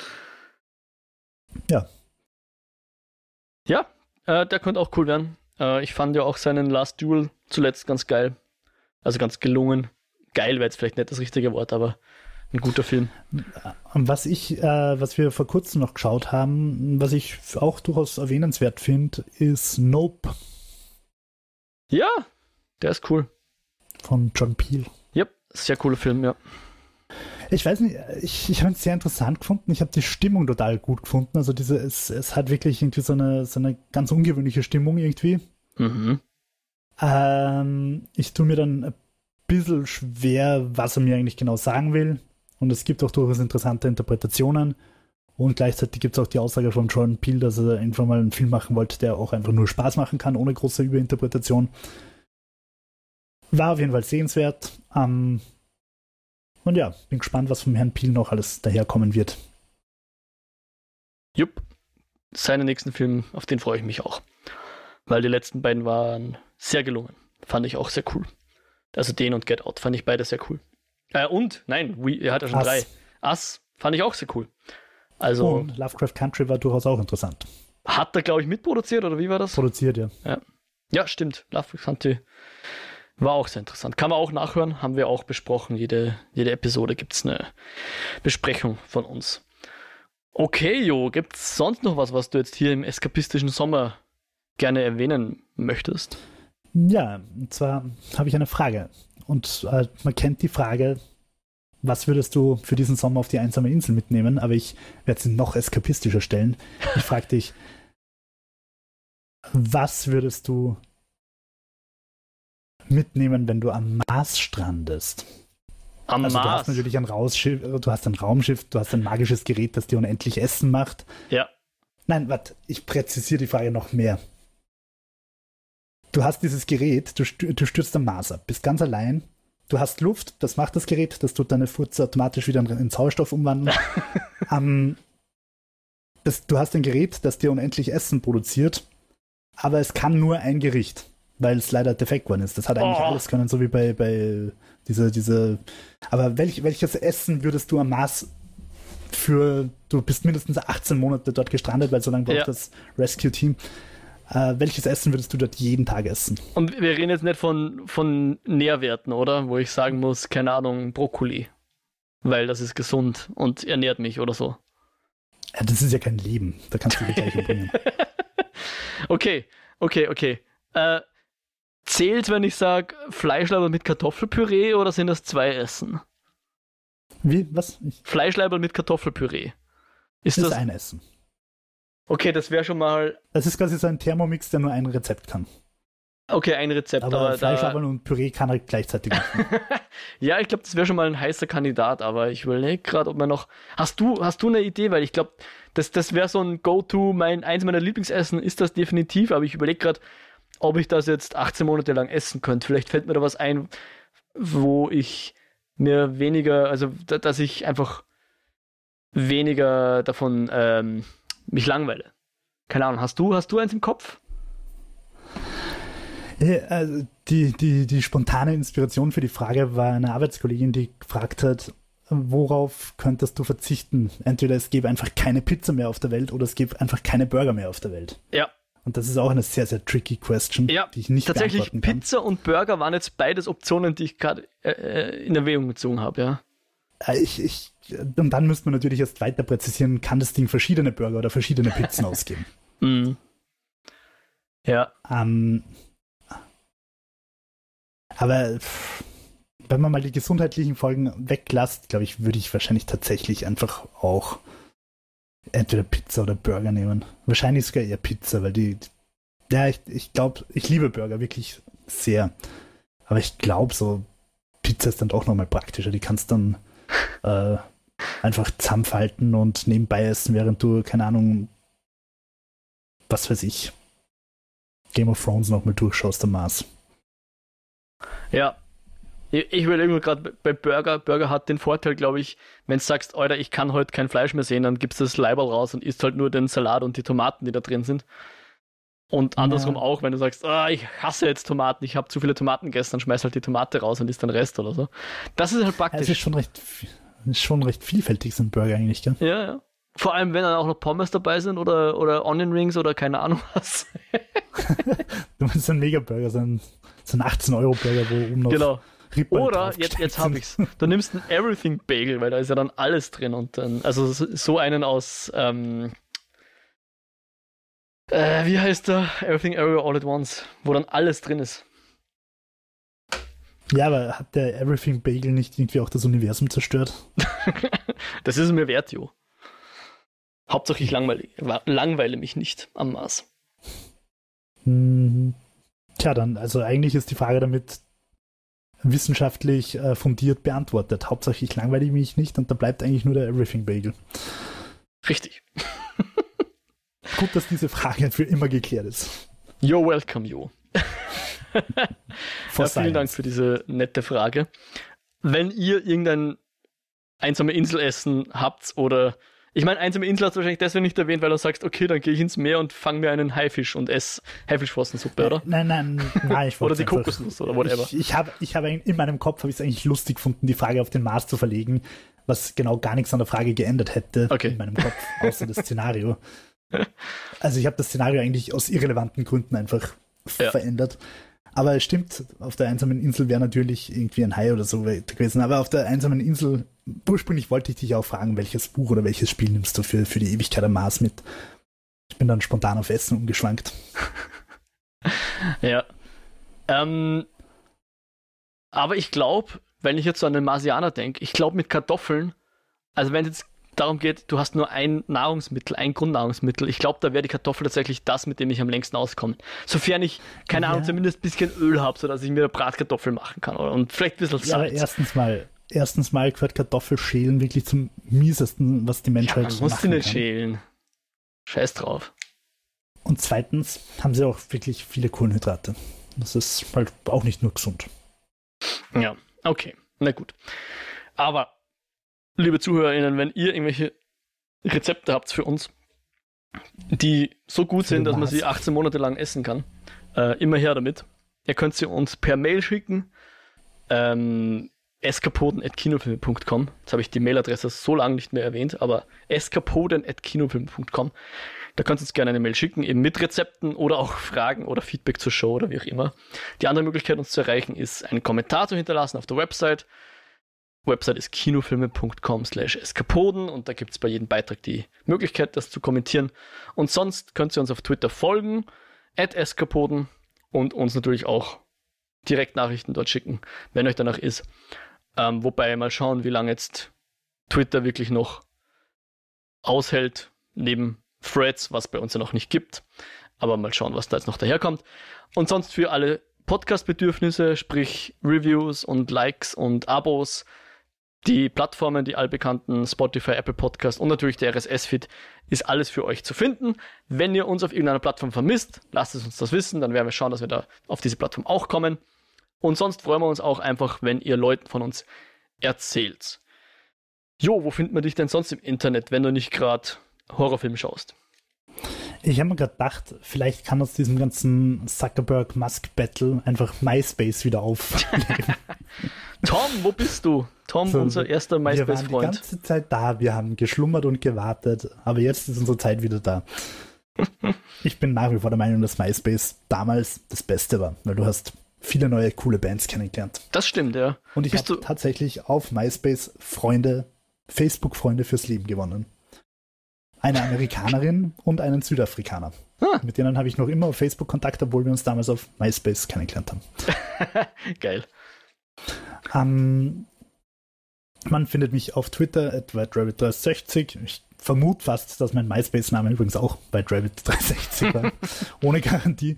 Ja. Ja, der könnte auch cool werden. Ich fand ja auch seinen Last Duel zuletzt ganz geil. Also ganz gelungen. Geil wäre jetzt vielleicht nicht das richtige Wort, aber ein guter Film. Was wir vor kurzem noch geschaut haben, was ich auch durchaus erwähnenswert finde, ist Nope. Ja, der ist cool. Von John Peel. Ja, sehr cooler Film, ja. Ich weiß nicht, ich habe es sehr interessant gefunden. Ich habe die Stimmung total gut gefunden. Also es hat wirklich irgendwie so eine ganz ungewöhnliche Stimmung irgendwie. Mhm. Ich tue mir dann ein bisschen schwer, was er mir eigentlich genau sagen will. Und es gibt auch durchaus interessante Interpretationen. Und gleichzeitig gibt es auch die Aussage von Jordan Peele, dass er irgendwann mal einen Film machen wollte, der auch einfach nur Spaß machen kann, ohne große Überinterpretation. War auf jeden Fall sehenswert. Und ja, bin gespannt, was vom Herrn Peele noch alles daherkommen wird. Jupp. Seinen nächsten Film, auf den freue ich mich auch. Weil die letzten beiden waren sehr gelungen. Fand ich auch sehr cool. Also den und Get Out fand ich beide sehr cool. Er hat ja schon 3. Us fand ich auch sehr cool. Also, und Lovecraft Country war durchaus auch interessant. Hat er, glaube ich, mitproduziert, oder wie war das? Produziert, ja. Ja, stimmt. Lovecraft Country war auch sehr interessant. Kann man auch nachhören, haben wir auch besprochen. Jede Episode gibt es eine Besprechung von uns. Okay, Jo, gibt es sonst noch was du jetzt hier im eskapistischen Sommer gerne erwähnen möchtest? Ja, und zwar habe ich eine Frage. Und man kennt die Frage, was würdest du für diesen Sommer auf die einsame Insel mitnehmen? Aber ich werde sie noch eskapistischer stellen. Ich frage dich, was würdest du mitnehmen, wenn du am Mars strandest? Am Mars? Du hast natürlich ein Raumschiff, du hast ein magisches Gerät, das dir unendlich Essen macht. Ja. Nein, warte, ich präzisiere die Frage noch mehr. Du hast dieses Gerät, du stürzt am Mars ab, bist ganz allein, du hast Luft, das macht das Gerät, das tut deine Furze automatisch wieder in Sauerstoff umwandeln. Du hast ein Gerät, das dir unendlich Essen produziert, aber es kann nur ein Gericht, weil es leider defekt geworden ist. Das hat eigentlich alles können, so wie bei diese. Aber welches Essen würdest du am Mars du bist mindestens 18 Monate dort gestrandet, weil so lange braucht das Rescue-Team. Welches Essen würdest du dort jeden Tag essen? Und wir reden jetzt nicht von Nährwerten, oder? Wo ich sagen muss, keine Ahnung, Brokkoli. Weil das ist gesund und ernährt mich oder so. Ja, das ist ja kein Leben. Da kannst du dir gleich umbringen. Okay. Zählt, wenn ich sage Fleischleiberl mit Kartoffelpüree oder sind das 2 Essen? Wie? Was? Fleischleiberl mit Kartoffelpüree. Ist das das ein Essen? Okay, das wäre schon mal... Das ist quasi so ein Thermomix, der nur ein Rezept kann. Okay, ein Rezept. Aber Fleischleiberl und Püree kann er gleichzeitig machen. Ja, ich glaube, das wäre schon mal ein heißer Kandidat, aber ich überlege gerade, ob man noch... Hast du eine Idee? Weil ich glaube, das wäre so ein Go-To, eins meiner Lieblingsessen ist das definitiv, aber ich überlege gerade, ob ich das jetzt 18 Monate lang essen könnte. Vielleicht fällt mir da was ein, wo ich mir weniger, also dass ich einfach weniger davon mich langweile. Keine Ahnung, hast du eins im Kopf? Also die spontane Inspiration für die Frage war eine Arbeitskollegin, die gefragt hat, worauf könntest du verzichten? Entweder es gäbe einfach keine Pizza mehr auf der Welt oder es gäbe einfach keine Burger mehr auf der Welt. Ja. Und das ist auch eine sehr, sehr tricky Question, die ich nicht beantworten kann. Tatsächlich, Pizza und Burger waren jetzt beides Optionen, die ich gerade in Erwägung gezogen habe, ja. Und dann müsste man natürlich erst weiter präzisieren, kann das Ding verschiedene Burger oder verschiedene Pizzen ausgeben. Mm. Ja. Aber wenn man mal die gesundheitlichen Folgen weglässt, glaube ich, würde ich wahrscheinlich tatsächlich einfach auch entweder Pizza oder Burger nehmen. Wahrscheinlich sogar eher Pizza, weil ich glaube, ich liebe Burger wirklich sehr. Aber ich glaube, so Pizza ist dann doch nochmal praktischer. Die kannst dann einfach zusammenfalten und nebenbei essen, während du, keine Ahnung, was weiß ich, Game of Thrones nochmal durchschaust am Mars. Ja. Ich überlege mir gerade bei Burger. Burger hat den Vorteil, glaube ich, wenn du sagst, Alter, ich kann heute kein Fleisch mehr sehen, dann gibst du das Leiberl raus und isst halt nur den Salat und die Tomaten, die da drin sind. Und andersrum auch, wenn du sagst, ich hasse jetzt Tomaten, ich habe zu viele Tomaten gegessen, dann schmeiß halt die Tomate raus und isst den Rest oder so. Das ist halt praktisch. Es ist schon recht vielfältig, so ein Burger eigentlich, gell? Ja, ja. Vor allem, wenn dann auch noch Pommes dabei sind oder Onion Rings oder keine Ahnung was. Du meinst so ein Mega-Burger, so ein 18-Euro-Burger, wo oben noch genau. Ribben Oder, jetzt habe ich's. Du nimmst einen Everything Bagel, weil da ist ja dann alles drin. Und dann, also so einen aus, wie heißt der? Everything Everywhere All at Once, wo dann alles drin ist. Ja, aber hat der Everything Bagel nicht irgendwie auch das Universum zerstört? Das ist mir wert, Jo. Hauptsache ich langweile mich nicht am Mars. Tja, dann, also eigentlich ist die Frage damit wissenschaftlich fundiert beantwortet. Hauptsache ich langweile mich nicht und da bleibt eigentlich nur der Everything Bagel. Richtig. Gut, dass diese Frage für immer geklärt ist. You're welcome, Jo. Vielen Dank für diese nette Frage. Wenn ihr irgendein einsame Inselessen habt oder ich meine, einsame Insel hast du wahrscheinlich deswegen nicht erwähnt, weil du sagst, okay, dann gehe ich ins Meer und fange mir einen Haifisch und esse Haifischflossensuppe, oder? Nein, ich oder die Kokosnuss oder whatever. Ich habe in meinem Kopf habe ich es eigentlich lustig gefunden, die Frage auf den Mars zu verlegen, was genau gar nichts an der Frage geändert hätte in meinem Kopf, außer das Szenario. Also ich habe das Szenario eigentlich aus irrelevanten Gründen einfach verändert. Aber es stimmt, auf der einsamen Insel wäre natürlich irgendwie ein Hai oder so gewesen. Aber auf der einsamen Insel, ursprünglich wollte ich dich auch fragen, welches Buch oder welches Spiel nimmst du für die Ewigkeit am Mars mit? Ich bin dann spontan auf Essen umgeschwankt. Ja. Aber ich glaube, wenn ich jetzt so an den Marsianer denke, ich glaube mit Kartoffeln, also wenn es jetzt darum geht, du hast nur ein Nahrungsmittel, ein Grundnahrungsmittel. Ich glaube, da wäre die Kartoffel tatsächlich das, mit dem ich am längsten auskomme. Sofern ich, keine Ahnung, zumindest ein bisschen Öl habe, sodass ich mir eine Bratkartoffel machen kann. Und vielleicht ein bisschen Salz. Ja, erstens mal gehört Kartoffelschälen wirklich zum miesesten, was die Menschheit machen kann. Man muss sie nicht schälen. Scheiß drauf. Und zweitens haben sie auch wirklich viele Kohlenhydrate. Das ist halt auch nicht nur gesund. Ja, okay. Na gut. Aber liebe ZuhörerInnen, wenn ihr irgendwelche Rezepte habt für uns, die so gut sind, dass man sie 18 Monate lang essen kann, immer her damit. Ihr könnt sie uns per Mail schicken, eskapoden@kinofilme.com. Jetzt habe ich die Mailadresse so lange nicht mehr erwähnt, aber eskapoden@kinofilme.com. Da könnt ihr uns gerne eine Mail schicken, eben mit Rezepten oder auch Fragen oder Feedback zur Show oder wie auch immer. Die andere Möglichkeit, uns zu erreichen, ist einen Kommentar zu hinterlassen auf der Website. Website ist kinofilme.com/eskapoden und da gibt es bei jedem Beitrag die Möglichkeit, das zu kommentieren. Und sonst könnt ihr uns auf Twitter folgen, @eskapoden, und uns natürlich auch Direktnachrichten dort schicken, wenn euch danach ist. Wobei mal schauen, wie lange jetzt Twitter wirklich noch aushält, neben Threads, was bei uns ja noch nicht gibt. Aber mal schauen, was da jetzt noch daherkommt. Und sonst für alle Podcast-Bedürfnisse, sprich Reviews und Likes und Abos, die Plattformen, die allbekannten Spotify, Apple Podcast und natürlich der RSS-Feed, ist alles für euch zu finden. Wenn ihr uns auf irgendeiner Plattform vermisst, lasst es uns das wissen, dann werden wir schauen, dass wir da auf diese Plattform auch kommen. Und sonst freuen wir uns auch einfach, wenn ihr Leuten von uns erzählt. Jo, wo findet man dich denn sonst im Internet, wenn du nicht gerade Horrorfilme schaust? Ich habe mir gerade gedacht, vielleicht kann aus diesem ganzen Zuckerberg-Musk-Battle einfach MySpace wieder aufleben. Tom, wo bist du? Tom, so, unser erster MySpace-Freund. Wir waren die ganze Zeit da, wir haben geschlummert und gewartet, aber jetzt ist unsere Zeit wieder da. Ich bin nach wie vor der Meinung, dass MySpace damals das Beste war, weil du hast viele neue, coole Bands kennengelernt. Das stimmt, ja. Und ich habe tatsächlich auf MySpace Facebook-Freunde fürs Leben gewonnen. Eine Amerikanerin und einen Südafrikaner. Mit denen habe ich noch immer auf Facebook Kontakt, obwohl wir uns damals auf MySpace kennengelernt haben. Geil. Man findet mich auf Twitter @whiterabbit360. Ich vermute fast, dass mein MySpace-Name übrigens auch whiterabbit360 war. Ohne Garantie.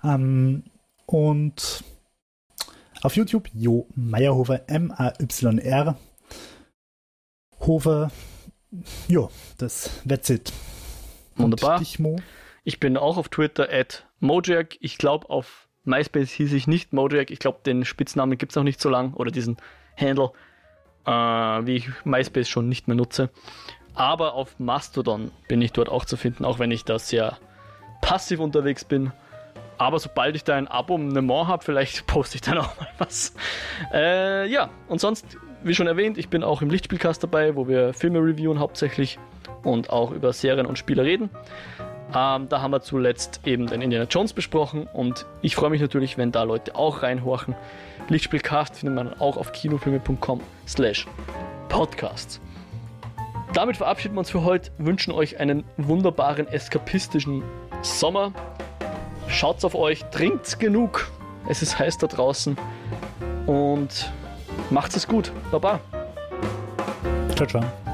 Und auf YouTube Jo Meyerhofer, MAYR. Hofer. Jo, that's it. Wunderbar. Dich, Mo? Ich bin auch auf Twitter @Mojack. Ich glaube, auf MySpace hieß ich nicht Mojack. Ich glaube, den Spitznamen gibt es noch nicht so lang. Oder diesen Handle, wie ich MySpace schon nicht mehr nutze. Aber auf Mastodon bin ich dort auch zu finden, auch wenn ich da sehr passiv unterwegs bin. Aber sobald ich da ein Abonnement habe, vielleicht poste ich dann auch mal was. Ja, und sonst, wie schon erwähnt, ich bin auch im Lichtspielcast dabei, wo wir Filme reviewen hauptsächlich und auch über Serien und Spiele reden. Da haben wir zuletzt eben den Indiana Jones besprochen und ich freue mich natürlich, wenn da Leute auch reinhorchen. Lichtspielcast findet man auch auf kinofilme.com/podcasts. Damit verabschieden wir uns für heute, wünschen euch einen wunderbaren eskapistischen Sommer. Schaut's auf euch, trinkt's genug, es ist heiß da draußen und macht's es gut. Baba. Ciao, ciao.